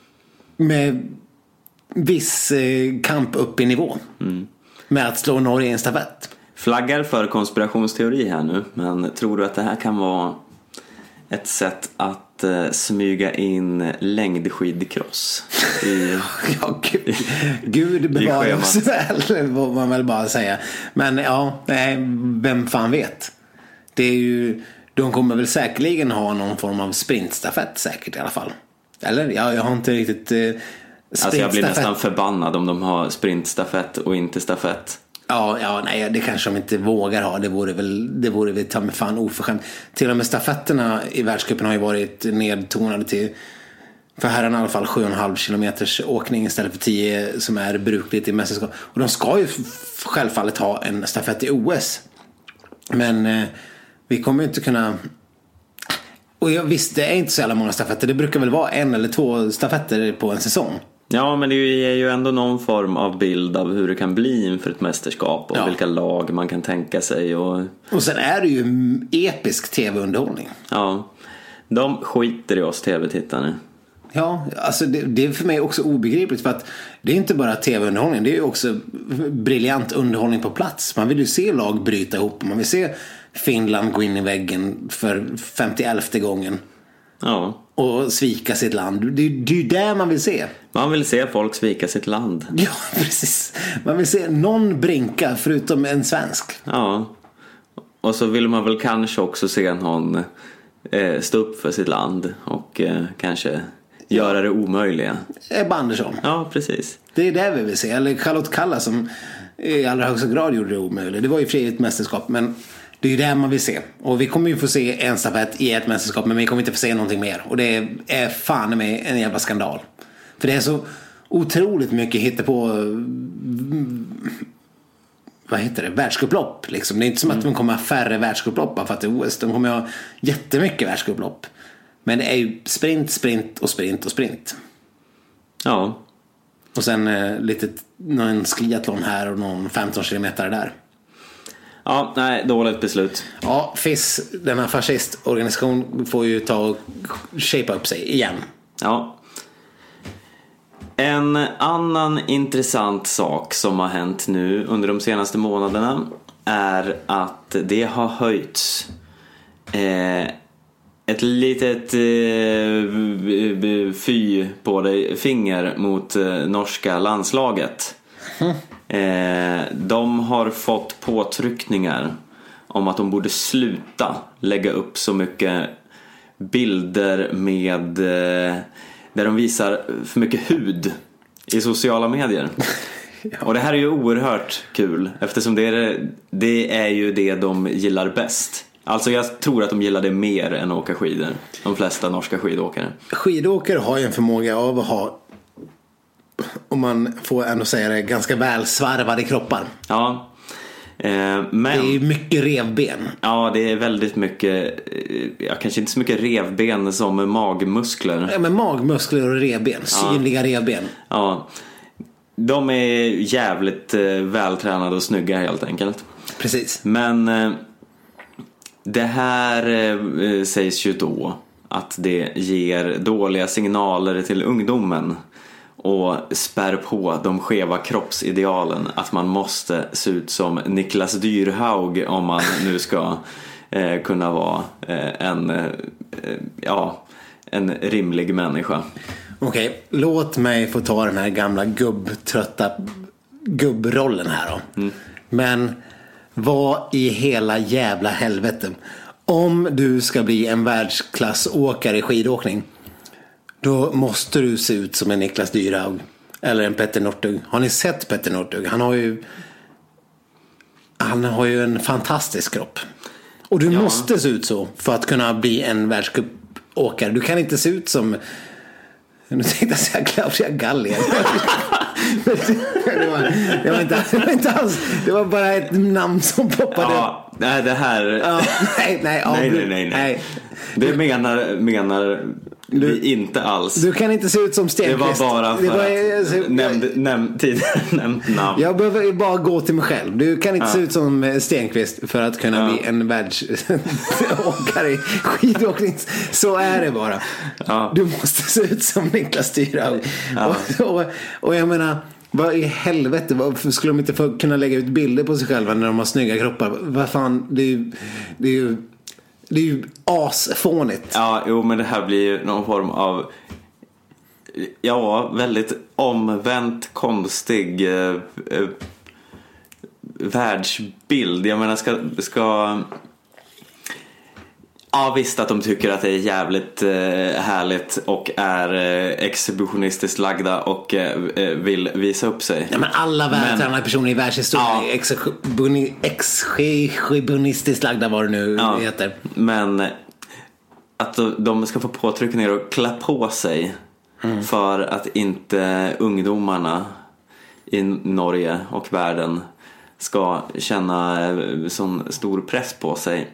med viss kamp upp i nivå med att slå Norge i en stafett. Flaggar för konspirationsteori här nu, men tror du att det här kan vara ett sätt att smyga in längdskidcross ja, Gud bevara oss väl, vad man väl bara säga. Men ja, vem fan vet. Det är ju, de kommer väl säkerligen ha någon form av sprintstafett säkert i alla fall. Eller? Ja, jag har inte riktigt alltså jag blir nästan förbannad om de har sprintstafett och inte stafett. Ja, nej, det kanske de inte vågar ha. Det vore väl ta med fan oförskämt. Till och med stafetterna i världscupen har ju varit nedtonade till, för herren i alla fall, 7,5 kilometers åkning istället för 10 som är brukligt i mästerskap. Och de ska ju självfallet ha en stafett i OS. Men vi kommer ju inte kunna. Och visst, det är inte så jävla många stafetter. Det brukar väl vara 1 eller 2 stafetter på en säsong. Ja, men det är ju ändå någon form av bild av hur det kan bli inför ett mästerskap och vilka lag man kan tänka sig. Och sen är det ju episk tv-underhållning. Ja, de skiter i oss tv-tittare. Ja, alltså det är för mig också obegripligt, för att det är inte bara tv-underhållning, det är ju också briljant underhållning på plats. Man vill ju se lag bryta ihop, man vill se Finland gå in i väggen för 51:e gången. Ja. Och svika sitt land. Det är ju där man vill se. Man vill se folk svika sitt land. Ja, precis. Man vill se någon brinka förutom en svensk. Ja. Och så vill man väl kanske också se någon stå upp för sitt land och kanske göra det omöjliga. Ebba Andersson. Ja, precis. Det är det vi vill se. Eller Charlotte Kalla som i allra högsta grad gjorde det omöjligt. Det var ju frivilligt mästerskap, men det är ju det man vill se. Och vi kommer ju få se en stafett i ett mästerskap, men vi kommer inte få se någonting mer. Och det är fan med en jävla skandal. För det är så otroligt mycket hittepå, vad heter det, världscuplopp liksom. Det är inte som att de kommer ha färre världscuplopp bara för att det är OS. De kommer ha jättemycket världscuplopp. Men det är ju sprint och sprint. Ja. Och sen någon skiathlon här och någon 15 kilometer där. Ja, nej, dåligt beslut. Ja, FIS, den här fascistorganisationen, får ju ta och shape upp sig igen. Ja. En annan intressant sak som har hänt nu under de senaste månaderna är att det har höjts ett litet finger mot norska landslaget. De har fått påtryckningar om att de borde sluta lägga upp så mycket bilder med där de visar för mycket hud i sociala medier. Ja. Och det här är ju oerhört kul, eftersom det är ju det de gillar bäst. Alltså jag tror att de gillar det mer än att åka skidor. De flesta norska skidåkare. Skidåkare har ju en förmåga av att ha, om man får ändå säga det, ganska väl svarvade kroppar. Ja. Men det är mycket revben. Ja, det är väldigt mycket. Kanske inte så mycket revben som magmuskler. Ja, men magmuskler och revben, synliga revben. Ja. De är jävligt vältränade och snygga helt enkelt. Precis. Men det här sägs ju då att det ger dåliga signaler till ungdomen och spär på de skeva kroppsidealen, att man måste se ut som Niklas Dyrhaug om man nu ska kunna vara en rimlig människa. Okej, låt mig få ta den här gamla gubbtrötta gubbrollen här då. Men vad i hela jävla helvete, om du ska bli en världsklassåkare i skidåkning, då måste du se ut som en Niklas Dyrhaug eller en Petter Northug. Har ni sett Petter Northug? Han har ju en fantastisk kropp. Och du måste se ut så för att kunna bli en världscupåkare. Du kan inte se ut som, nu tänkte jag säga Claudia Galli. det var inte alls. Det var bara ett namn som poppade. Ja, nej, det här. Nej. Det menar inte alls. Du kan inte se ut som Stenqvist. Det var bara för att tidigare nämnt namn. Jag behöver bara gå till mig själv. Du kan inte se ut som Stenqvist för att kunna bli en världsåkare i skidåkning. Så är det bara. Du måste se ut som Niklas Dyrhaug. Och jag menar, vad i helvete, varför skulle de inte få kunna lägga ut bilder på sig själva när de har snygga kroppar? Vad fan, det är ju asfånigt. Ja, jo, men det här blir ju någon form av väldigt omvänt konstig världsbild. Jag menar, ska ja, visst att de tycker att det är jävligt härligt och är exhibitionistiskt lagda och vill visa upp sig. Ja, men alla vältränade personer i världshistorien exhibitionistiskt lagda, vad det nu heter. Men att de ska få påtryckningar och klä på sig för att inte ungdomarna i Norge och världen ska känna sån stor press på sig.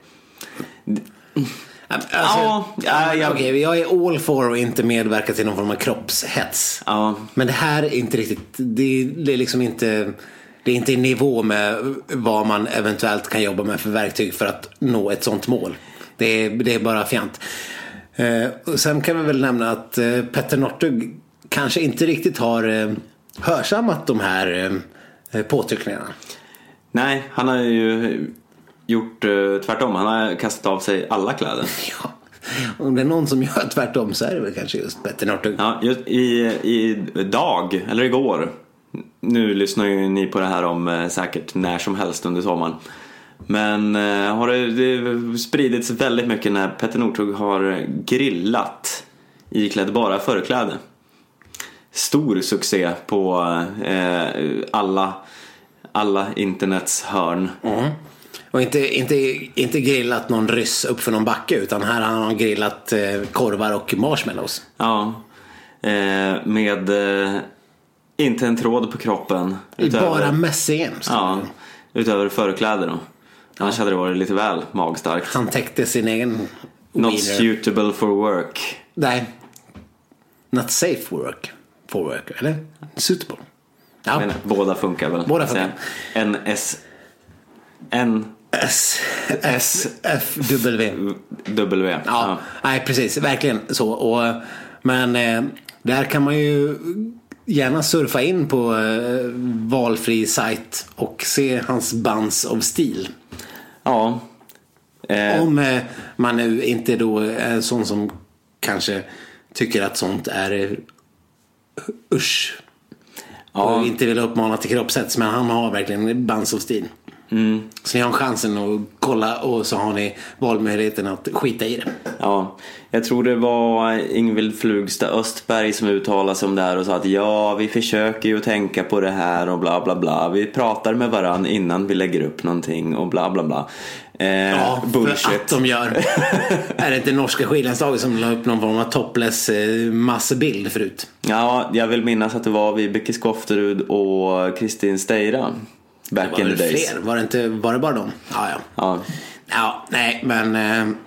Alltså, okej, jag är all for att inte medverka till någon form av kroppshets. Men det här är inte riktigt, det är liksom inte, det är inte i nivå med vad man eventuellt kan jobba med för verktyg för att nå ett sånt mål. Det är bara fjant. Och sen kan vi väl nämna att Petter Northug kanske inte riktigt har hörsammat de här påtryckningarna. Nej, han har ju gjort tvärtom. Han har kastat av sig alla kläder. Ja, om det är någon som gör tvärtom så är det väl kanske just Petter Northug. Ja, just i dag, eller igår. Nu lyssnar ju ni på det här om säkert när som helst under sommaren. Men har det spridits väldigt mycket när Petter Northug har grillat iklädd bara förkläde. Stor succé på alla internets hörn. Och inte grillat någon ryss upp för någon backe, utan här har han grillat korvar och marshmallows. Ja, med inte en tråd på kroppen. Bara mässingen. Ja, utöver förkläder då. Annars hade det varit lite väl magstarkt. Han täckte sin egen Not suitable for work. Nej. Not safe for work, eller? Suitable. Ja. Men, båda funkar väl. Båda funkar. W. Ja, nej, precis, verkligen så. Men där kan man ju gärna surfa in på valfri sajt och se hans bands av stil. Ja. Om man nu inte då är sån som kanske tycker att sånt är usch. Och inte vill uppmana till kroppshets, men han har verkligen bands av stil. Så ni har chansen att kolla, och så har ni valmöjligheten att skita i det. Ja, jag tror det var Ingvild Flugstad Östberg som uttalade sig om det här och sa att vi försöker ju tänka på det här och bla bla bla. Vi pratar med varann innan vi lägger upp någonting och bla bla bla. Bullshit. För att de gör. Är det inte norska skidlandslaget som la upp någon form av topless massbild förut? Ja, jag vill minnas att det var Vibeke Skofterud och Kristin Steira. Back in the days. Fler? Var det bara dem? Ja, nej, men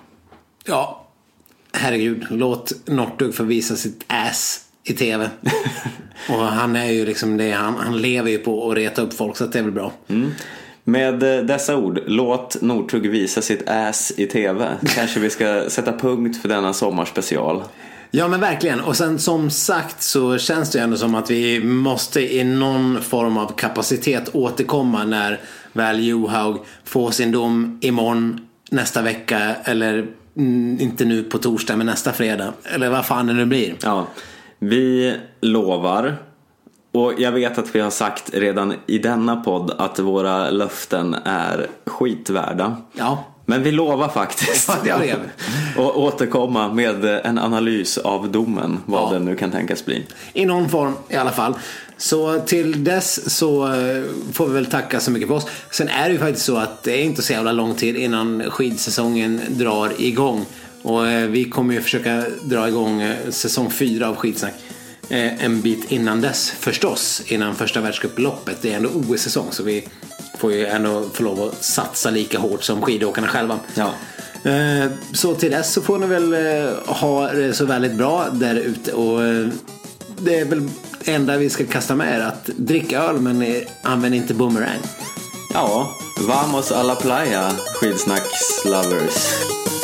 herregud, låt Northug få visa sitt ass i tv. Och han är ju liksom det, han lever ju på att reta upp folk, så att det är väl bra. Med dessa ord, låt Northug visa sitt ass i tv. Kanske vi ska sätta punkt för denna sommarspecial. Ja, men verkligen. Och sen som sagt så känns det ändå som att vi måste i någon form av kapacitet återkomma när väl Johaug får sin dom imorgon, nästa vecka, eller inte nu på torsdag men nästa fredag, eller vad fan det nu blir. Ja, vi lovar. Och jag vet att vi har sagt redan i denna podd att våra löften är skitvärda. Ja. Men vi lovar faktiskt och återkomma med en analys av domen, vad den nu kan tänkas bli. I någon form i alla fall. Så till dess så får vi väl tacka så mycket för oss. Sen är det ju faktiskt så att det är inte så jävla lång tid innan skidsäsongen drar igång. Och vi kommer ju försöka dra igång säsong 4 av Skidsnack en bit innan dess, förstås, innan första världscuploppet. Det är ändå OS-säsong, så vi får ju ändå få lov att satsa lika hårt som skidåkarna själva. Ja. Så till dess så får ni väl ha det så väldigt bra där ute. Och det är väl enda vi ska kasta med är att dricka öl, men använd inte boomerang. Ja, vamos a la playa, skidsnacks lovers.